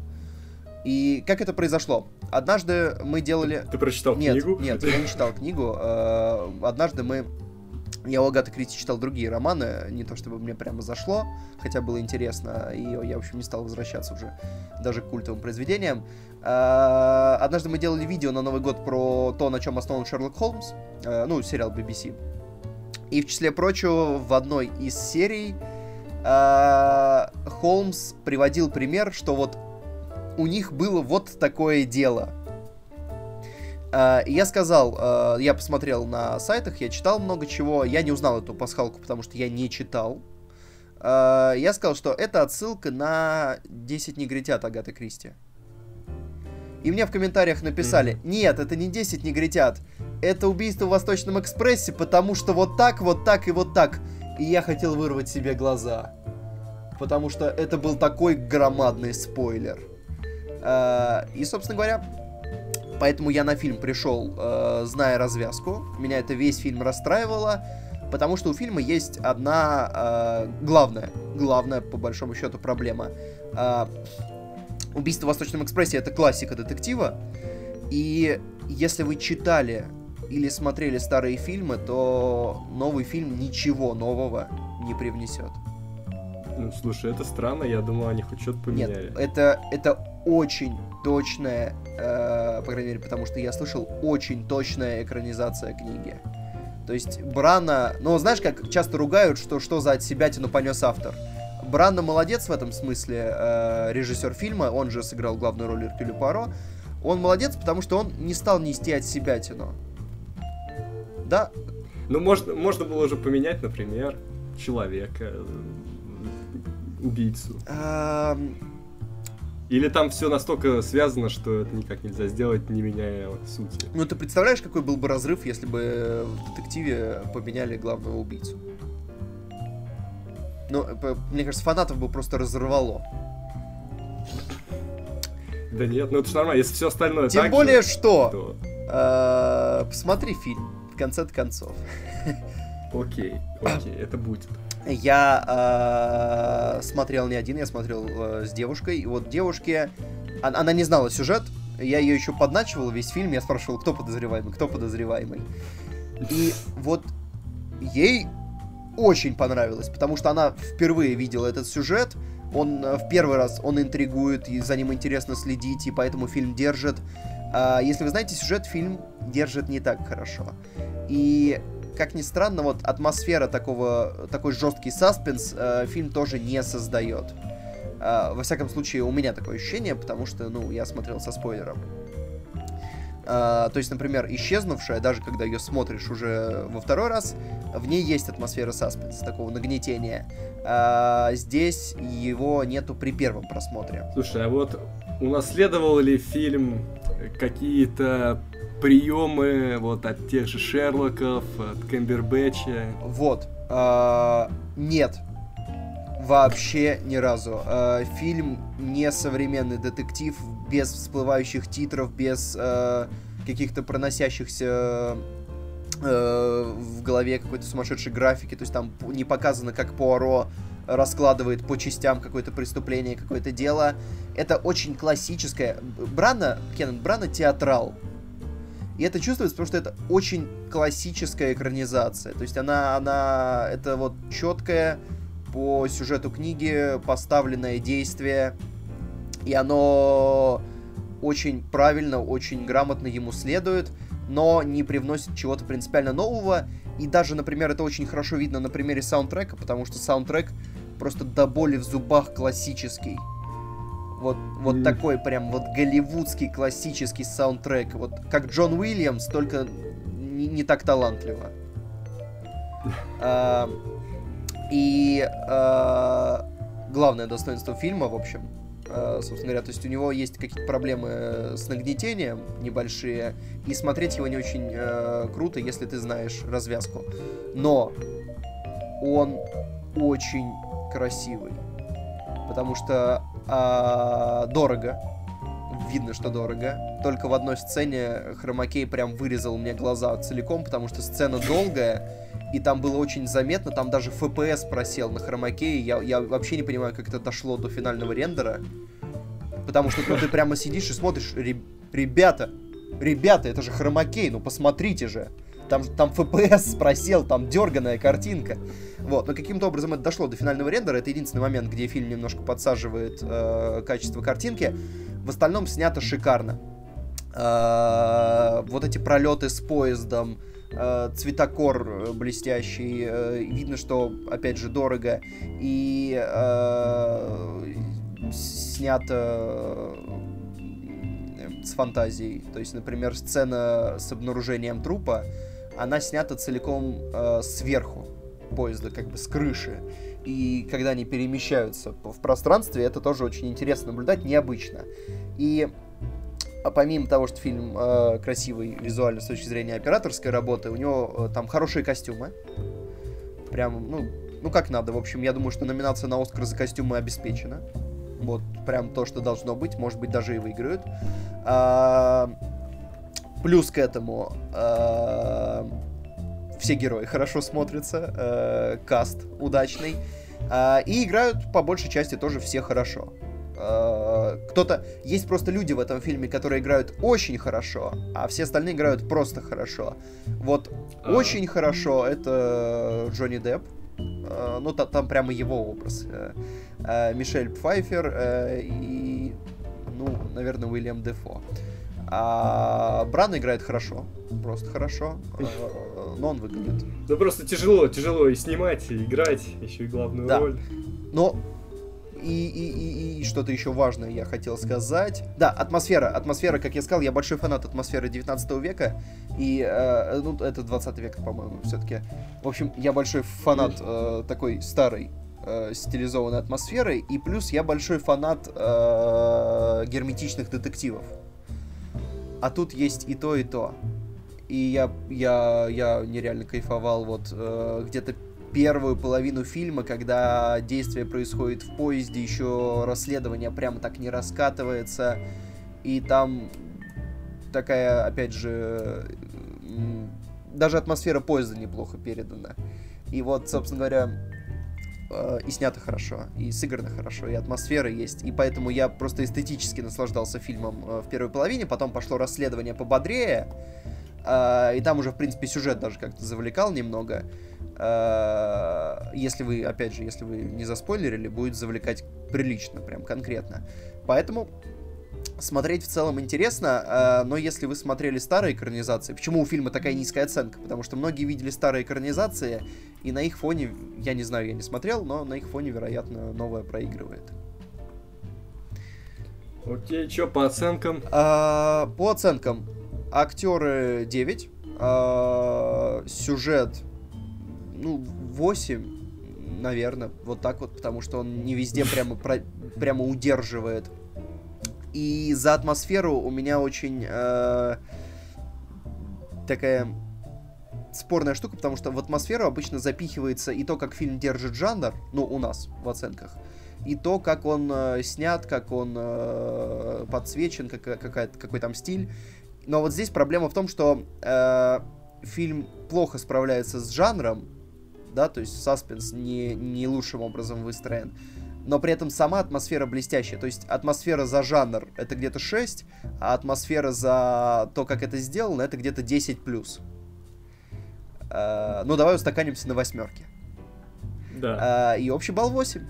И как это произошло? Однажды мы делали... Ты прочитал нет, книгу? Нет, я не читал книгу. Однажды мы... Я у Агаты Кристи читал другие романы, не то чтобы мне прямо зашло, хотя было интересно, и я, в общем, не стал возвращаться уже даже к культовым произведениям. Однажды мы делали видео на Новый год про то, на чем основан Шерлок Холмс, ну, сериал би би си. И, в числе прочего, в одной из серий Холмс приводил пример, что вот у них было вот такое дело. Uh, я сказал, uh, я посмотрел на сайтах, я читал много чего, я не узнал эту пасхалку, потому что я не читал. Uh, я сказал, что это отсылка на десять негритят Агаты Кристи. И мне в комментариях написали, mm-hmm. нет, это не десять негритят, это «Убийство в Восточном экспрессе», потому что вот так, вот так и вот так. И я хотел вырвать себе глаза, потому что это был такой громадный спойлер. Uh, и, собственно говоря, поэтому я на фильм пришел, uh, зная развязку. Меня это весь фильм расстраивало, потому что у фильма есть одна uh, главная, главная, по большому счету, проблема. Uh, «Убийство в Восточном экспрессе» — это классика детектива, и если вы читали или смотрели старые фильмы, то новый фильм ничего нового не привнесет. Ну, слушай, это странно, я думал, они хоть что-то поменяли. Нет, это, это очень точная, э, по крайней мере, потому что я слышал, очень точная экранизация книги. То есть Брана, ну, знаешь, как часто ругают, что что за отсебятину понес автор. Брана молодец в этом смысле, э, режиссер фильма, он же сыграл главную роль Эркюля Пуаро. Он молодец, потому что он не стал нести отсебятину. Да? Ну, можно, можно было уже поменять, например, человека... убийцу. А, Или там все настолько связано, что это никак нельзя сделать, не меняя сути? Ну, ты представляешь, какой был бы разрыв, если бы в детективе поменяли главного убийцу? Ну, мне кажется, фанатов бы просто разорвало. Да нет, ну это ж нормально, если все остальное Тем так более, же, что... то... э, посмотри фильм, в конце-то концов. Окей, окей, это будет. Я э, смотрел не один, я смотрел э, с девушкой. И вот девушке... Она, она не знала сюжет. Я ее еще подначивал весь фильм. Я спрашивал, кто подозреваемый, кто подозреваемый. И вот ей очень понравилось, потому что она впервые видела этот сюжет. Он в первый раз, он интригует, и за ним интересно следить, и поэтому фильм держит. А, если вы знаете сюжет, фильм держит не так хорошо. И... Как ни странно, вот атмосфера такого, такой жесткий саспенс э, фильм тоже не создает. Э, во всяком случае, у меня такое ощущение, потому что, ну, я смотрел со спойлером. Э, то есть, например, «Исчезнувшая», даже когда ее смотришь уже во второй раз, в ней есть атмосфера саспенса, такого нагнетения. Э, здесь его нету при первом просмотре. Слушай, а вот унаследовал ли фильм какие-то приемы вот от тех же Шерлоков, от Камбербэтча? Вот. А, нет. Вообще ни разу. А, фильм не современный детектив, без всплывающих титров, без а, каких-то проносящихся а, в голове какой-то сумасшедшей графики. То есть там не показано, как Пуаро раскладывает по частям какое-то преступление, какое-то дело. Это очень классическое. Брана, Кеннет Брана театрал. И это чувствуется, потому что это очень классическая экранизация. То есть она, она это вот четкое по сюжету книги поставленное действие. И оно очень правильно, очень грамотно ему следует, но не привносит чего-то принципиально нового. И даже, например, это очень хорошо видно на примере саундтрека, потому что саундтрек просто до боли в зубах классический. Вот, вот mm. такой прям вот голливудский классический саундтрек. Вот как Джон Уильямс, только не, не так талантливо. а, и а, главное достоинство фильма, в общем, а, собственно говоря, то есть у него есть какие-то проблемы с нагнетением небольшие, и смотреть его не очень а, круто, если ты знаешь развязку. Но он очень красивый. Потому что а, дорого. Видно, что дорого. Только в одной сцене хромакей прям вырезал мне глаза целиком, потому что сцена долгая, и там было очень заметно, там даже эф пи эс просел на хромакее. Я, я вообще не понимаю, как это дошло до финального рендера. Потому что ну, ты прямо сидишь и смотришь, ребята, ребята, это же хромакей, ну посмотрите же. Там, там эф пи эс просел, там дерганая картинка. Вот, но каким-то образом это дошло до финального рендера. Это единственный момент, где фильм немножко подсаживает э, качество картинки. В остальном снято шикарно. Э, вот эти пролеты с поездом, э, цветокор блестящий. Э, видно, что, опять же, дорого. И э, снято с фантазией. То есть, например, сцена с обнаружением трупа, она снята целиком э, сверху поезда, как бы с крыши. И когда они перемещаются в пространстве, это тоже очень интересно наблюдать, необычно. И а помимо того, что фильм э, красивый визуально с точки зрения операторской работы, у него э, там хорошие костюмы. Прям, ну, ну как надо. В общем, я думаю, что номинация на Оскар за костюмы обеспечена. Вот, прям то, что должно быть. Может быть, даже и выиграют. А, плюс к этому а, все герои хорошо смотрятся. А, каст удачный. А, и играют, по большей части, тоже все хорошо. А, кто-то... Есть просто люди в этом фильме, которые играют очень хорошо, а все остальные играют просто хорошо. Вот а. очень хорошо это Джонни Депп. Uh, ну, та, там прямо его образ. Uh, uh, Мишель Пфайффер uh, и, ну, наверное, Уильям Дефо. А Бран играет хорошо, просто хорошо, uh, но он выглядит. Да просто тяжело, тяжело и снимать, и играть, еще и главную да. роль. Но и, и, и, и что-то еще важное я хотел сказать. Да, атмосфера. Атмосфера, как я сказал, я большой фанат атмосферы девятнадцатого века. И, э, ну, это двадцатый век, по-моему, все-таки. В общем, я большой фанат э, такой старой э, стилизованной атмосферой, и плюс я большой фанат э, герметичных детективов. А тут есть и то, и то. И я, я, я нереально кайфовал вот э, где-то первую половину фильма, когда действие происходит в поезде, еще расследование прямо так не раскатывается, и там такая, опять же, даже атмосфера поезда неплохо передана. И вот, собственно говоря, э, и снято хорошо, и сыграно хорошо, и атмосфера есть. И поэтому я просто эстетически наслаждался фильмом э, в первой половине, потом пошло расследование пободрее, э, и там уже, в принципе, сюжет даже как-то завлекал немного. Э, если вы, опять же, если вы не заспойлерили, будет завлекать прилично, прям конкретно. Поэтому смотреть в целом интересно, но если вы смотрели старые экранизации, почему у фильма такая низкая оценка? Потому что многие видели старые экранизации, и на их фоне, я не знаю, я не смотрел, но на их фоне, вероятно, новое проигрывает. Окей, что по оценкам? А, по оценкам. Актеры девять, а, сюжет, ну, восемь, наверное, вот так вот, потому что он не везде прямо, про, прямо удерживает. И за атмосферу у меня очень э, такая спорная штука, потому что в атмосферу обычно запихивается и то, как фильм держит жанр, ну, у нас в оценках, и то, как он э, снят, как он э, подсвечен, как, какой там стиль. Но вот здесь проблема в том, что э, фильм плохо справляется с жанром, да, то есть саспенс не, не лучшим образом выстроен, но при этом сама атмосфера блестящая. То есть атмосфера за жанр — это где-то шесть, а атмосфера за то, как это сделано, это где-то десять плюс. Uh, ну, давай устаканимся на восьмерке. Да. Uh, и общий балл восемь.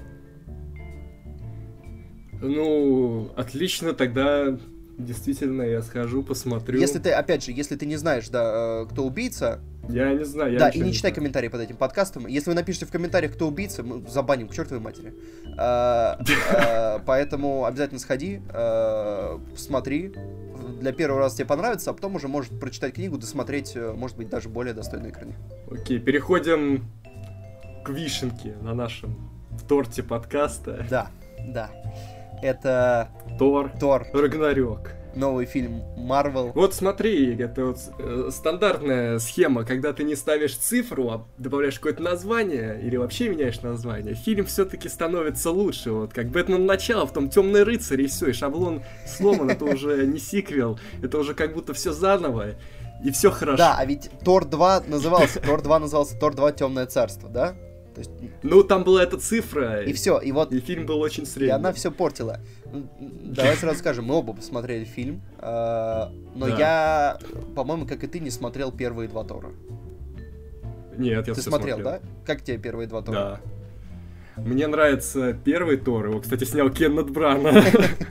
Ну, отлично, тогда действительно я схожу, посмотрю. Если ты, опять же, если ты не знаешь, да, кто убийца... Я не знаю, я Да, и не, не читай знаю. комментарии под этим подкастом. Если вы напишите в комментариях, кто убийца, мы забаним к чертовой матери. А, а, поэтому обязательно сходи, а, посмотри. Для первого раза тебе понравится, а потом уже может прочитать книгу, досмотреть, может быть, даже более достойной экране. Окей, переходим к вишенке на нашем в торте подкаста. Да, да. Это Тор. Тор. Рагнарёк. Новый фильм Marvel. Вот смотри, это вот э, стандартная схема, когда ты не ставишь цифру, а добавляешь какое-то название или вообще меняешь название, фильм все-таки становится лучше. Вот как Бэтмен начало, в том Темный рыцарь, и все, и шаблон сломан, это уже не сиквел, это уже как будто все заново, и все хорошо. Да, а ведь Тор два назывался, Тор два назывался Тор два Темное царство, да? То есть... Ну, там была эта цифра, и все, и вот... И фильм был очень средний. И она все портила. Давай сразу скажем, мы оба посмотрели фильм, но да. я, по-моему, как и ты, не смотрел первые два Тора. Нет, я Ты все смотрел, смотрел, да? Как тебе первые два Тора? Да. Мне нравится первый Тор, его, кстати, снял Кеннет Брана.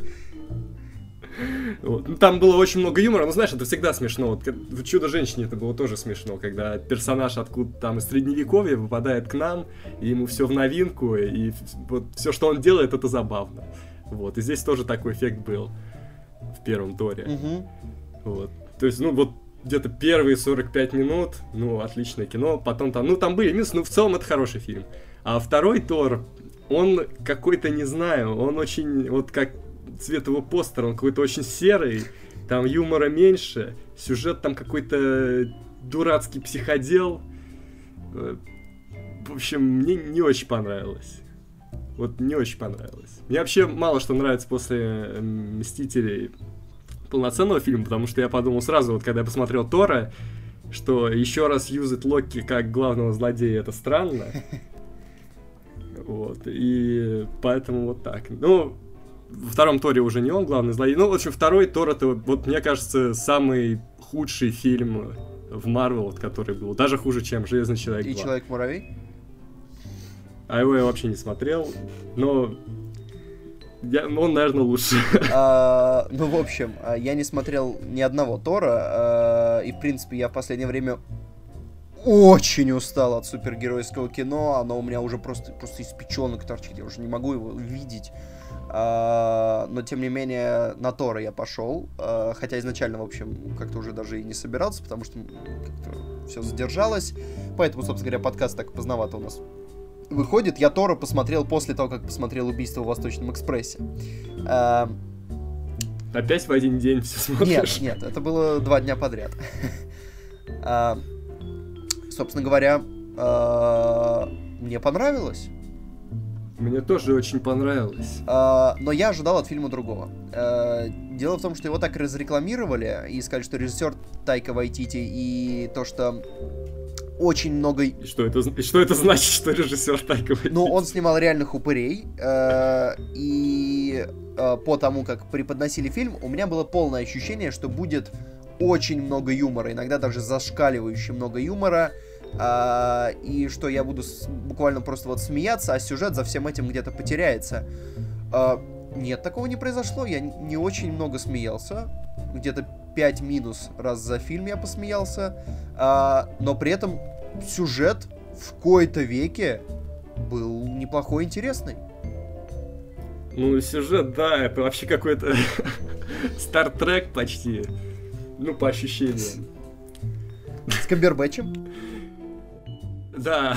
Вот. Ну, там было очень много юмора, но знаешь, это всегда смешно. Вот в «Чудо-женщине» это было тоже смешно, когда персонаж откуда там из средневековья попадает к нам, и ему все в новинку, и вот все, что он делает, это забавно. Вот. И здесь тоже такой эффект был в первом Торе. Угу. Вот. То есть, ну вот где-то первые сорок пять минут, ну, отличное кино, потом там, ну, там были минусы, но в целом это хороший фильм. А второй Тор, он какой-то, не знаю, он очень, вот как цвет его постера, он какой-то очень серый, там юмора меньше, сюжет там какой-то дурацкий психодел. В общем, мне не очень понравилось. Вот не очень понравилось. Мне вообще мало что нравится после «Мстителей» полноценного фильма, потому что я подумал сразу, вот когда я посмотрел Тора, что еще раз юзать Локи как главного злодея, это странно. Вот, и поэтому вот так. Ну, во втором Торе уже не он главный злодей. Ну, в общем, второй Тор — это, вот, мне кажется, самый худший фильм в Marvel, вот, который был. Даже хуже, чем «Железный человек два». И «Человек-муравей»? А его я вообще не смотрел, но я, он, наверное, лучше. А, ну, в общем, я не смотрел ни одного Тора, а, и, в принципе, я в последнее время очень устал от супергеройского кино, оно у меня уже просто, просто из печенок торчит, я уже не могу его видеть. Uh, но, тем не менее, на Тора я пошел, uh, хотя изначально, в общем, как-то уже даже и не собирался, потому что как-то все задержалось, поэтому, собственно говоря, подкаст так поздновато у нас выходит, я Тора посмотрел после того, как посмотрел «Убийство в Восточном экспрессе». А... Опять в один день все смотришь? Нет, нет, это было два дня подряд. а, собственно говоря, а, мне понравилось. Мне тоже очень понравилось. А, но я ожидал от фильма другого. А, дело в том, что его так разрекламировали и сказали, что режиссер Тайка Вайтити, и то, что очень много... И что это, и что это значит, что режиссер Тайка Вайтити? Ну, он снимал реальных упырей, э, и э, по тому, как преподносили фильм, у меня было полное ощущение, что будет очень много юмора, иногда даже зашкаливающе много юмора, э, и что я буду с, буквально просто вот смеяться, а сюжет за всем этим где-то потеряется. Э, нет, такого не произошло, я не очень много смеялся, где-то пять минус раз за фильм я посмеялся, э, но при этом сюжет в кои-то веке был неплохой, интересный. Ну, сюжет, да, это вообще какой-то Стартрек почти. Ну, по ощущениям. С Камбербэтчем? Да.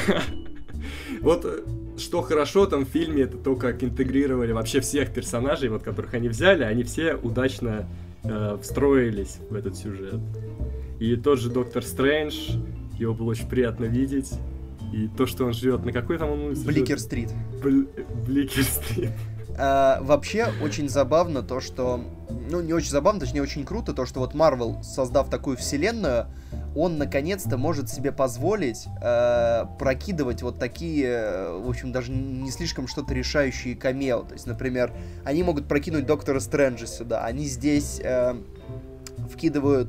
Вот что хорошо там в фильме, это то, как интегрировали вообще всех персонажей, вот которых они взяли, они все удачно э, встроились в этот сюжет. И тот же Доктор Стрэндж, его было очень приятно видеть. И то, что он живет на какой там он улице? Бликер-стрит. Бл... Бликер-стрит. А, вообще, очень забавно то, что... Ну, не очень забавно, точнее, очень круто то, что вот Марвел, создав такую вселенную, он наконец-то может себе позволить э, прокидывать вот такие, в общем, даже не слишком что-то решающие камео. То есть, например, они могут прокинуть Доктора Стрэнджа сюда, они здесь э, вкидывают...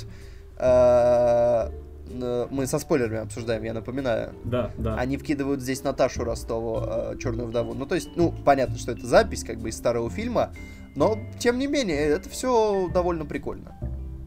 Э, мы со спойлерами обсуждаем, я напоминаю. Да, да. Они вкидывают здесь Наташу Ростову, э, Черную вдову. Ну, то есть, ну, понятно, что это запись, как бы, из старого фильма, но, тем не менее, это все довольно прикольно.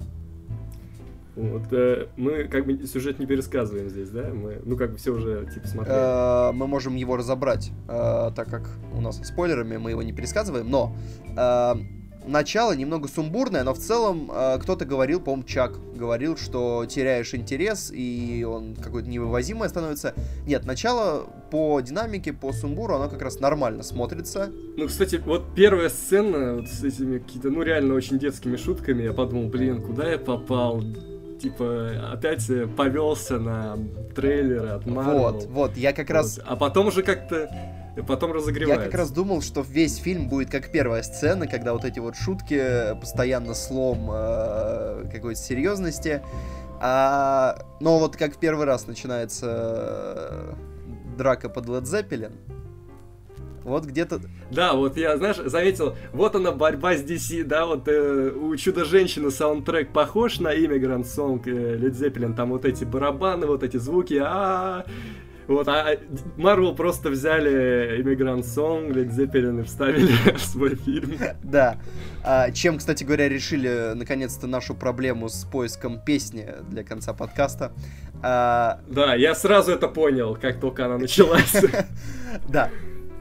Вот, э, мы, как бы, сюжет не пересказываем здесь, да? Мы, ну, как бы, все уже, типа, смотрели. Э, мы можем его разобрать, э, так как у нас со спойлерами мы его не пересказываем, но... Э, начало немного сумбурное, но в целом э, кто-то говорил, по-моему, Чак говорил, что теряешь интерес, и он какой-то невывозимый становится. Нет, начало по динамике, по сумбуру, оно как раз нормально смотрится. Ну, кстати, вот первая сцена вот с этими какими-то, ну, реально очень детскими шутками, я подумал, блин, куда я попал? Типа, опять повелся на трейлеры от Marvel. Вот, вот, я как вот. раз... А потом уже как-то... Потом разогревается. Я как раз думал, что весь фильм будет как первая сцена, когда вот эти вот шутки, постоянно слом э, какой-то серьезности. А, но вот как в первый раз начинается э, драка под Led Zeppelin, вот где-то... Да, вот я, знаешь, заметил, вот она борьба с ди си, да, вот э, у Чудо-женщины саундтрек похож на Immigrant Song э, Led Zeppelin, там вот эти барабаны, вот эти звуки, а Вот, а Marvel просто взяли Immigrant Song, Led Zeppelin и вставили в свой фильм. Да. А, чем, кстати говоря, решили наконец-то нашу проблему с поиском песни для конца подкаста. А... Да, я сразу это понял, как только она началась. Да.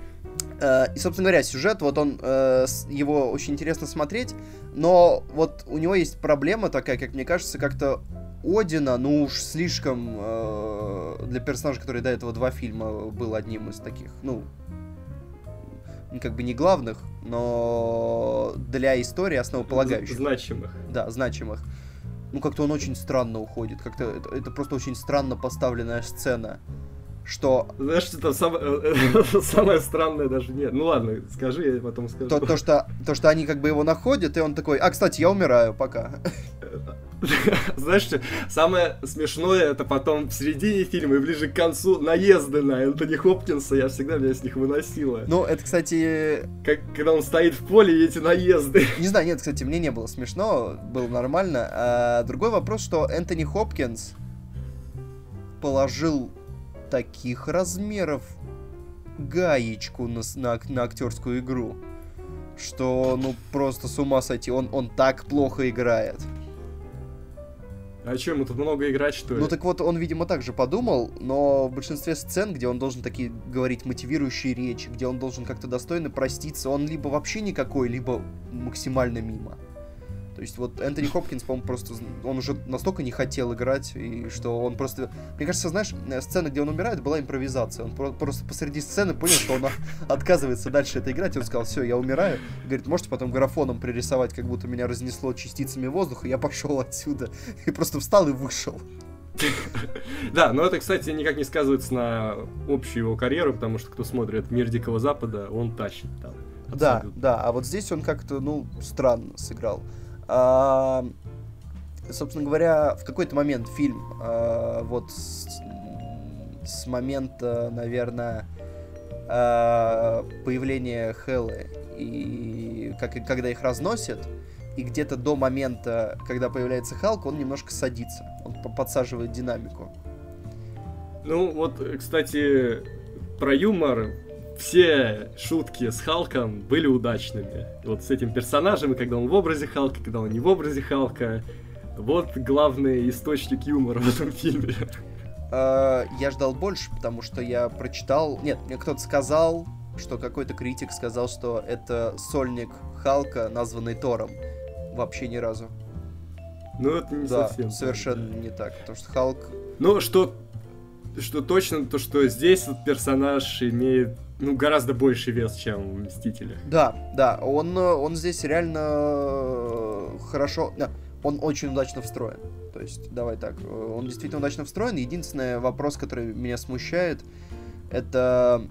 И, собственно говоря, сюжет, вот он, его очень интересно смотреть, но вот у него есть проблема такая, как мне кажется, как-то Одина, ну уж слишком э, для персонажа, который до этого два фильма был одним из таких, ну, как бы не главных, но для истории основополагающих. Значимых. Да, значимых. Ну, как-то он очень странно уходит, как-то это, это просто очень странно поставленная сцена. Что... Знаешь, что там самое, самое странное даже нет. Ну ладно, скажи, я потом скажу. То, то, что, то, что они как бы его находят, и он такой, а, кстати, я умираю, пока. Знаешь, что самое смешное, это потом в середине фильма и ближе к концу наезды на Энтони Хопкинса, я всегда меня с них выносила. Ну, это, кстати... Как, когда он стоит в поле, и эти наезды. Не знаю, нет, кстати, мне не было смешно, было нормально. А другой вопрос, что Энтони Хопкинс положил таких размеров гаечку на, на, на актерскую игру, что, ну, просто с ума сойти, он, он так плохо играет. А что, ему тут много играть, что ли? Ну так вот, он, видимо, так же подумал, но в большинстве сцен, где он должен такие говорить мотивирующие речи, где он должен как-то достойно проститься, он либо вообще никакой, либо максимально мимо. То То есть вот Энтони Хопкинс, по-моему, просто, он уже настолько не хотел играть, и что он просто... Мне кажется, знаешь, сцена, где он умирает, была импровизация. Он про- просто посреди сцены понял, что он отказывается дальше это играть, и он сказал, все, я умираю. Говорит, можете потом графоном пририсовать, как будто меня разнесло частицами воздуха, я пошел отсюда. И просто встал и вышел. Да, но это, кстати, никак не сказывается на общую его карьеру, потому что кто смотрит «Мир Дикого Запада», он тащит там. Да, да, а вот здесь он как-то, ну, странно сыграл. А, собственно говоря, в какой-то момент фильм, а, вот с, с момента, наверное, а, появления Хеллы и как, когда их разносят, и где-то до момента, когда появляется Халк, он немножко садится, он подсаживает динамику. Ну, вот, кстати, про юмор. Все шутки с Халком были удачными. Вот с этим персонажем, и когда он в образе Халка, когда он не в образе Халка. Вот главный источник юмора в этом фильме. Я ждал больше, потому что я прочитал... Нет, мне кто-то сказал, что какой-то критик сказал, что это сольник Халка, названный Тором. Вообще ни разу. Ну, это не да, совсем. совершенно так, да. не так, потому что Халк... Ну, что... Что точно, то что здесь вот персонаж имеет, ну, гораздо больший вес, чем в «Мстителях». Да, да, он, он здесь реально хорошо... Да, он очень удачно встроен. То есть, давай так, он действительно удачно встроен. Единственный вопрос, который меня смущает, это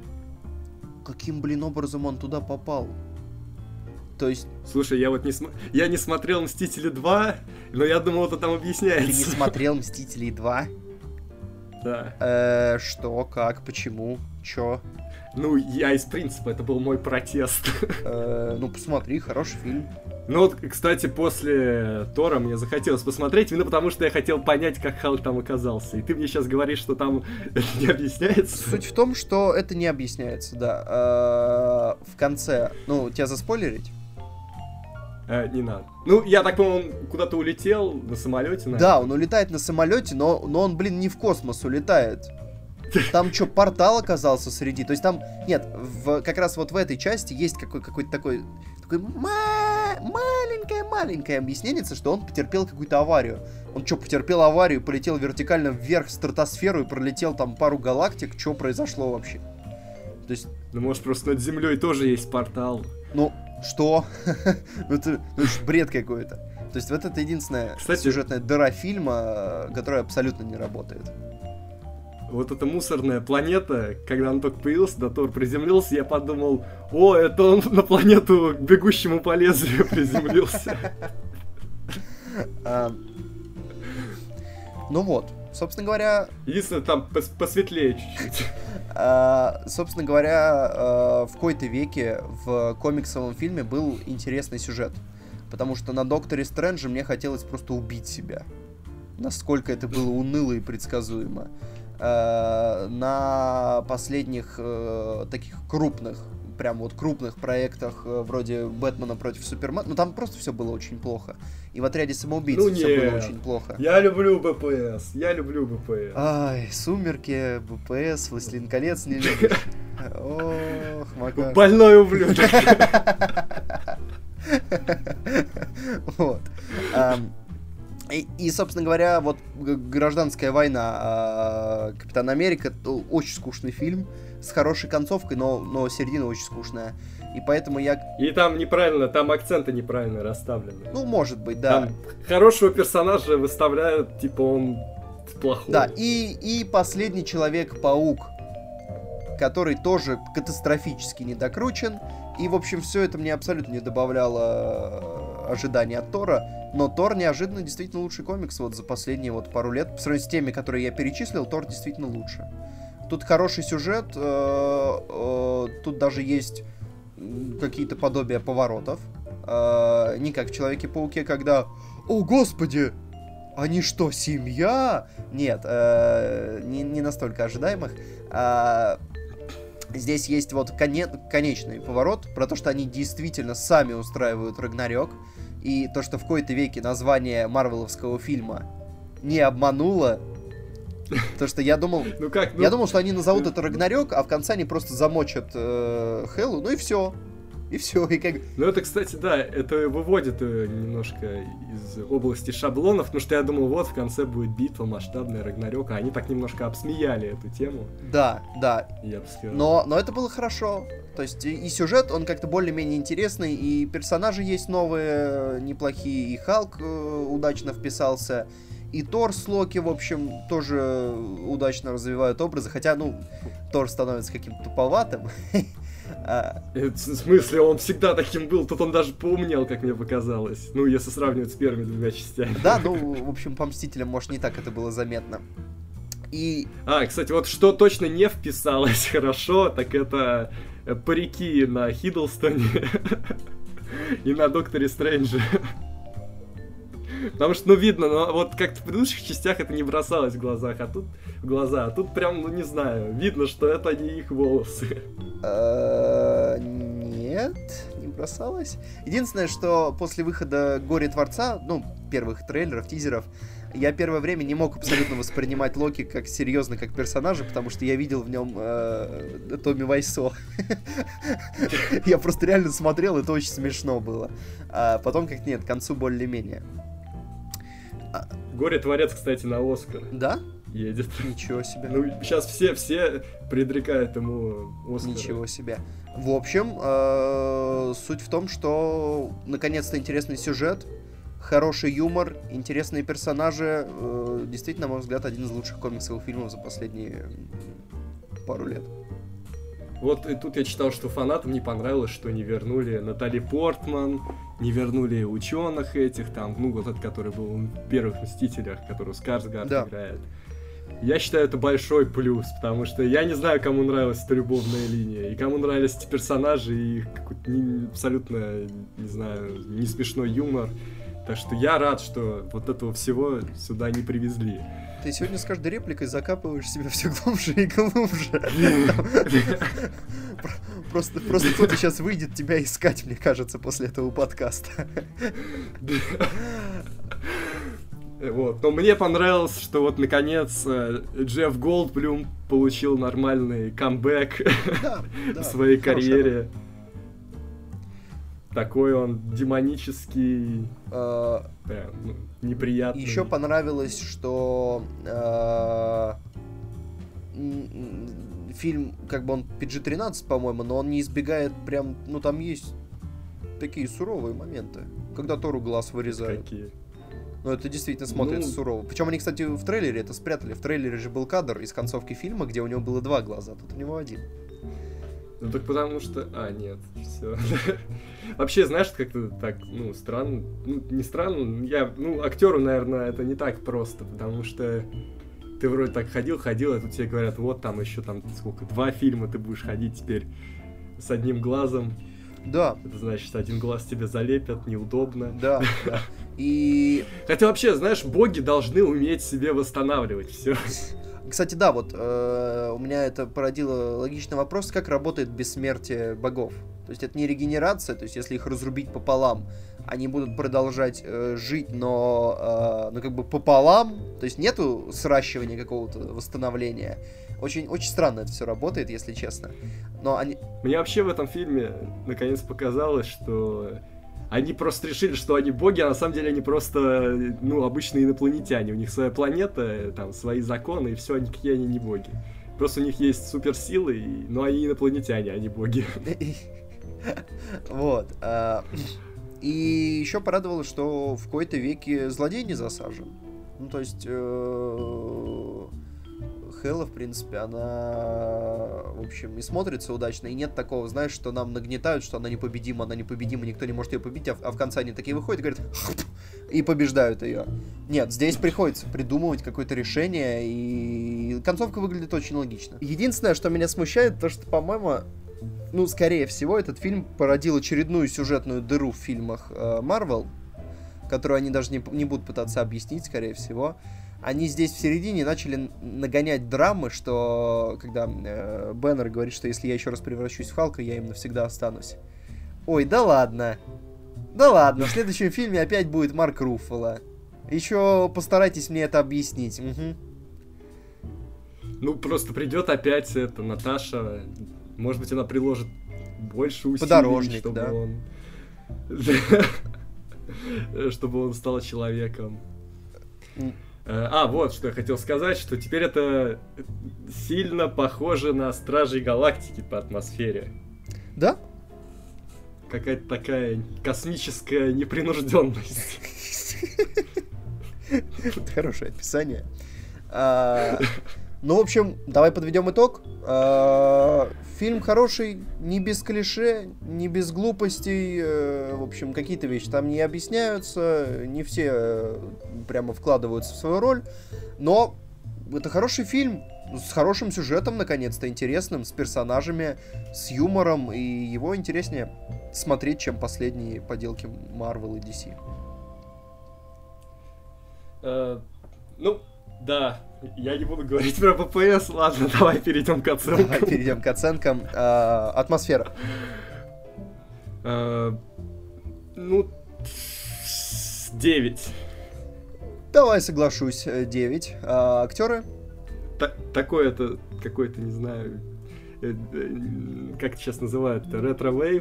каким, блин, образом он туда попал? То есть... Слушай, я вот не, см... я не смотрел «Мстители два», но я думал, это там объясняется. Ты не смотрел «Мстителей два»? Да. Э, что, как, почему, чё? Ну, я из принципа, это был мой протест. Э, ну, посмотри, хороший фильм. Ну вот, кстати, после Тора мне захотелось посмотреть, именно потому что я хотел понять, как Халк там оказался. И ты мне сейчас говоришь, что там это не объясняется? Суть в том, что это не объясняется, да. Э, в конце, ну, тебя заспойлерить? Э, не надо. Ну, я так понял, он куда-то улетел на самолете, наверное. Да, он улетает на самолете, но, но он, блин, не в космос улетает. Там что, портал оказался среди? То есть там, нет, в, как раз вот в этой части есть какой, какой-то такой, такой ма- маленькое-маленькое объяснение, что он потерпел какую-то аварию. Он что, потерпел аварию, полетел вертикально вверх в стратосферу и пролетел там пару галактик? Что произошло вообще? То есть... Ну, может, просто над Землей тоже есть портал. Ну, что? Это бред какой-то. То есть вот это единственная Кстати, сюжетная дыра фильма, которая абсолютно не работает. Вот эта мусорная планета, когда он только появился, да, Тор приземлился, я подумал, о, это он на планету к бегущему по лезвию приземлился. Ну вот, собственно говоря... Единственное, там посветлее чуть-чуть. Собственно говоря, в какой-то веке в комиксовом фильме был интересный сюжет. Потому что на Докторе Стрэнджа мне хотелось просто убить себя. Насколько это было уныло и предсказуемо. На последних таких крупных, прям вот крупных проектах, вроде Бэтмена против Супермена, ну там просто все было очень плохо. И в Отряде самоубийц ну, все было очень плохо. Я люблю БПС, я люблю БПС. Ай, Сумерки, БПС, Властелин колец не любишь. Ох, Макар. Больной ублюдок. Вот. И, и, собственно говоря, вот «Гражданская война», «Капитан Америка» — очень скучный фильм, с хорошей концовкой, но, но середина очень скучная. И поэтому я... И там неправильно, там акценты неправильно расставлены. Ну, может быть, да. Там хорошего персонажа выставляют, типа он плохой. Да, и, и «Последний Человек-паук», который тоже катастрофически недокручен. И, в общем, все это мне абсолютно не добавляло ожиданий от Тора. Но Тор неожиданно действительно лучший комикс вот за последние вот пару лет. По сравнению с теми, которые я перечислил, Тор действительно лучше. Тут хороший сюжет, э, э, тут даже есть какие-то подобия поворотов. Э, не как в Человеке-пауке, когда «О, Господи! Они что, семья?» Нет, э, не, не настолько ожидаемых. Э, здесь есть вот коне, конечный поворот про то, что они действительно сами устраивают Рагнарёк. И то, что в кои-то веке название марвеловского фильма не обмануло. То, что я думал... Ну как? Ну... Я думал, что они назовут это Рагнарёк, а в конце они просто замочат э, Хеллу, ну и все. И все, и как... Ну это, кстати, да, это выводит э, немножко из области шаблонов, потому что я думал, вот в конце будет битва масштабная Рагнарёка, а они так немножко обсмеяли эту тему. Да, да. Я бы сказал. Но, но это было хорошо. То есть и, и сюжет, он как-то более-менее интересный, и персонажи есть новые, неплохие, и Халк э, удачно вписался, и Тор с Локи, в общем, тоже удачно развивают образы, хотя, ну, Тор становится каким-то туповатым. В смысле, он всегда таким был, тут он даже поумнел, как мне показалось. Ну, если сравнивать с первыми двумя частями. Да, ну, в общем, по Мстителям, может, не так это было заметно. И... А, кстати, вот что точно не вписалось хорошо, так это парики на Хиддлстоне и на Докторе Стрэнджа. Потому что, ну, видно, но вот как-то в предыдущих частях это не бросалось в глазах, а тут в глаза, а тут прям, ну, не знаю, видно, что это не их волосы. Нет, не бросалось. Единственное, что после выхода Горе Творца, ну, первых трейлеров, тизеров, я первое время не мог абсолютно воспринимать Локи как серьезно, как персонажа, потому что я видел в нем э, Томми Вайсо. Я просто реально смотрел, это очень смешно было. А потом как нет, к концу более-менее. Горе-творец, кстати, на Оскар. Да? Едет. Ничего себе. Ну, сейчас все, все предрекают ему Оскар. Ничего себе. В общем, э, суть в том, что наконец-то интересный сюжет, хороший юмор, интересные персонажи. Э, действительно, на мой взгляд, один из лучших комиксовых фильмов за последние пару лет. Вот и тут я читал, что фанатам не понравилось, что не вернули Натали Портман, не вернули ученых этих, там, ну, вот этот, который был в первых Мстителях, который Скарсгард да. играет. Я считаю, это большой плюс, потому что я не знаю, кому нравилась эта любовная линия, и кому нравились эти персонажи, и их какой-то не, абсолютно, не знаю, не смешной юмор. Так что я рад, что вот этого всего сюда не привезли. Ты сегодня с каждой репликой закапываешь себя все глубже и глубже. Просто, просто кто-то сейчас выйдет тебя искать, мне кажется, после этого подкаста. Вот. Но мне понравилось, что вот наконец Джефф Голдблюм получил нормальный камбэк да, да, в своей карьере. Такой он демонический, а, прям, ну, неприятный. Еще понравилось, что а, фильм, как бы он пи джи тринадцать, по-моему, но он не избегает прям, ну там есть такие суровые моменты, когда Тору глаз вырезают. Какие? Ну, это действительно смотрится ну... сурово. Причем они, кстати, в трейлере это спрятали. В трейлере же был кадр из концовки фильма, где у него было два глаза, тут у него один. Ну так потому что... А, нет, все. Вообще, знаешь, как-то так, ну, странно. Ну, не странно, я... Ну, актеру, наверное, это не так просто, потому что ты вроде так ходил, ходил, а тут тебе говорят, вот там еще там сколько, два фильма ты будешь ходить теперь с одним глазом. Да. Это значит, один глаз тебе залепят, неудобно. Да, да. И... Хотя вообще, знаешь, боги должны уметь себе восстанавливать все. Кстати, да, вот э, у меня это породило логичный вопрос, как работает бессмертие богов. То есть это не регенерация, то есть если их разрубить пополам, они будут продолжать э, жить, но э, ну, как бы пополам, то есть нету сращивания какого-то восстановления. Очень, очень странно это все работает, если честно. Но они... Мне вообще в этом фильме наконец показалось, что они просто решили, что они боги, а на самом деле они просто, ну, обычные инопланетяне. У них своя планета, там, свои законы, и все, никакие они не боги. Просто у них есть суперсилы, но они инопланетяне, а не боги. Вот. И еще порадовало, что в какой-то веке злодей не засажен. Ну, то есть... Хелла, в принципе, она, в общем, и смотрится удачно, и нет такого, знаешь, что нам нагнетают, что она непобедима, она непобедима, никто не может ее победить, а в, а в конце они такие выходят и говорят, и побеждают ее. Нет, здесь приходится придумывать какое-то решение, и концовка выглядит очень логично. Единственное, что меня смущает, то, что, по-моему, ну, скорее всего, этот фильм породил очередную сюжетную дыру в фильмах Marvel, э, которую они даже не, не будут пытаться объяснить, скорее всего. Они здесь в середине начали нагонять драмы, что когда э, Бэннер говорит, что если я еще раз превращусь в Халка, я им навсегда останусь. Ой, да ладно. Да ладно, в следующем фильме опять будет Марк Руффало. Еще постарайтесь мне это объяснить. Угу. Ну, просто придет опять это Наташа. Может быть, она приложит больше усилий, Подорожник, чтобы да. он... чтобы он стал человеком. А, вот что я хотел сказать, что теперь это сильно похоже на Стражей Галактики по атмосфере. Да? Какая-то такая космическая непринужденность. Это хорошее описание. А, ну, в общем, давай подведем итог. А, фильм хороший, не без клише, не без глупостей. В общем, какие-то вещи там не объясняются, не все прямо вкладываются в свою роль. Но это хороший фильм с хорошим сюжетом, наконец-то, интересным, с персонажами, с юмором, и его интереснее смотреть, чем последние поделки Marvel и ди си. Uh, ну, да, я не буду говорить про пэ пэ эс, ладно, давай перейдем к оценкам. Давай перейдем к оценкам. Uh, атмосфера. Uh, ну, девять. Давай соглашусь, девять. Uh, актеры? Та- такой это, какой-то, не знаю, э, э, как это сейчас называют-то, ретро-вейв.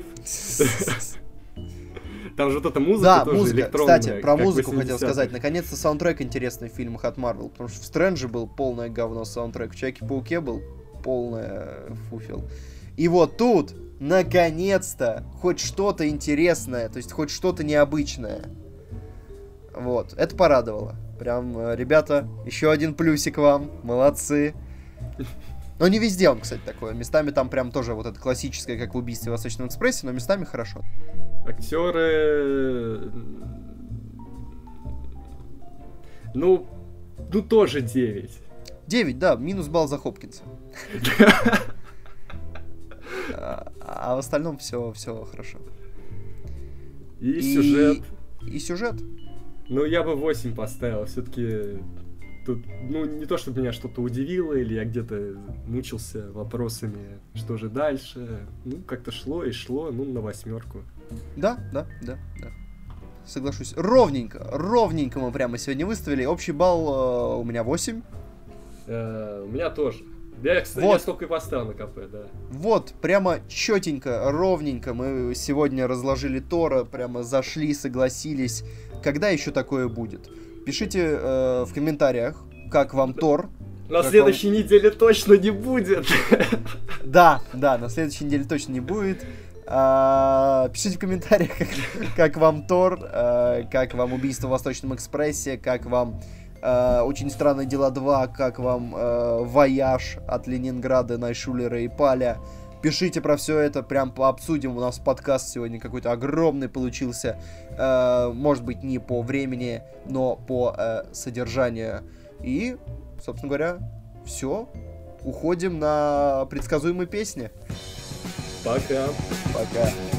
Там же вот эта музыка да, тоже музыка. электронная. Кстати, про музыку восьмидесятых. хотел сказать. Наконец-то саундтрек интересный в фильмах от Marvel. Потому что в Стрэнджи был полное говно саундтрек, в Человеке-пауке был полное фуфел. И вот тут, наконец-то, хоть что-то интересное, то есть хоть что-то необычное. Вот, это порадовало. Прям, ребята, еще один плюсик вам. Молодцы. Но не везде он, кстати, такой. Местами там прям тоже вот это классическое, как в «Убийстве в Восточном экспрессе», но местами хорошо. Актеры... Ну, ну тоже девять. девять, да, минус балл за Хопкинса. А в остальном все, все хорошо. И сюжет. И сюжет. Ну, я бы восемь поставил. Все-таки тут, ну, не то, чтобы меня что-то удивило, или я где-то мучился вопросами, что же дальше. Ну, как-то шло и шло, ну, на восьмерку. Да, да, да, да. Соглашусь. Ровненько, ровненько мы прямо сегодня выставили. Общий балл э, у меня восемь. Э, у меня тоже. Я, кстати, вот. я столько и поставил на КП, да. Вот, прямо четенько, ровненько мы сегодня разложили Тора, прямо зашли, согласились. Когда еще такое будет? Пишите э, в комментариях, как вам Тор. На следующей вам... неделе точно не будет. Да, да, на следующей неделе точно не будет. А, пишите в комментариях, как, как вам Тор, а, как вам «Убийство в Восточном экспрессе», как вам а, «Очень странные дела два», как вам а, «Вояж» от Ленинграда, Найшулера и Паля. Пишите про все это, прям пообсудим. У нас подкаст сегодня какой-то огромный получился. А, может быть, не по времени, но по а, содержанию. И, собственно говоря, все. Уходим на предсказуемые песни. Пока. Пока.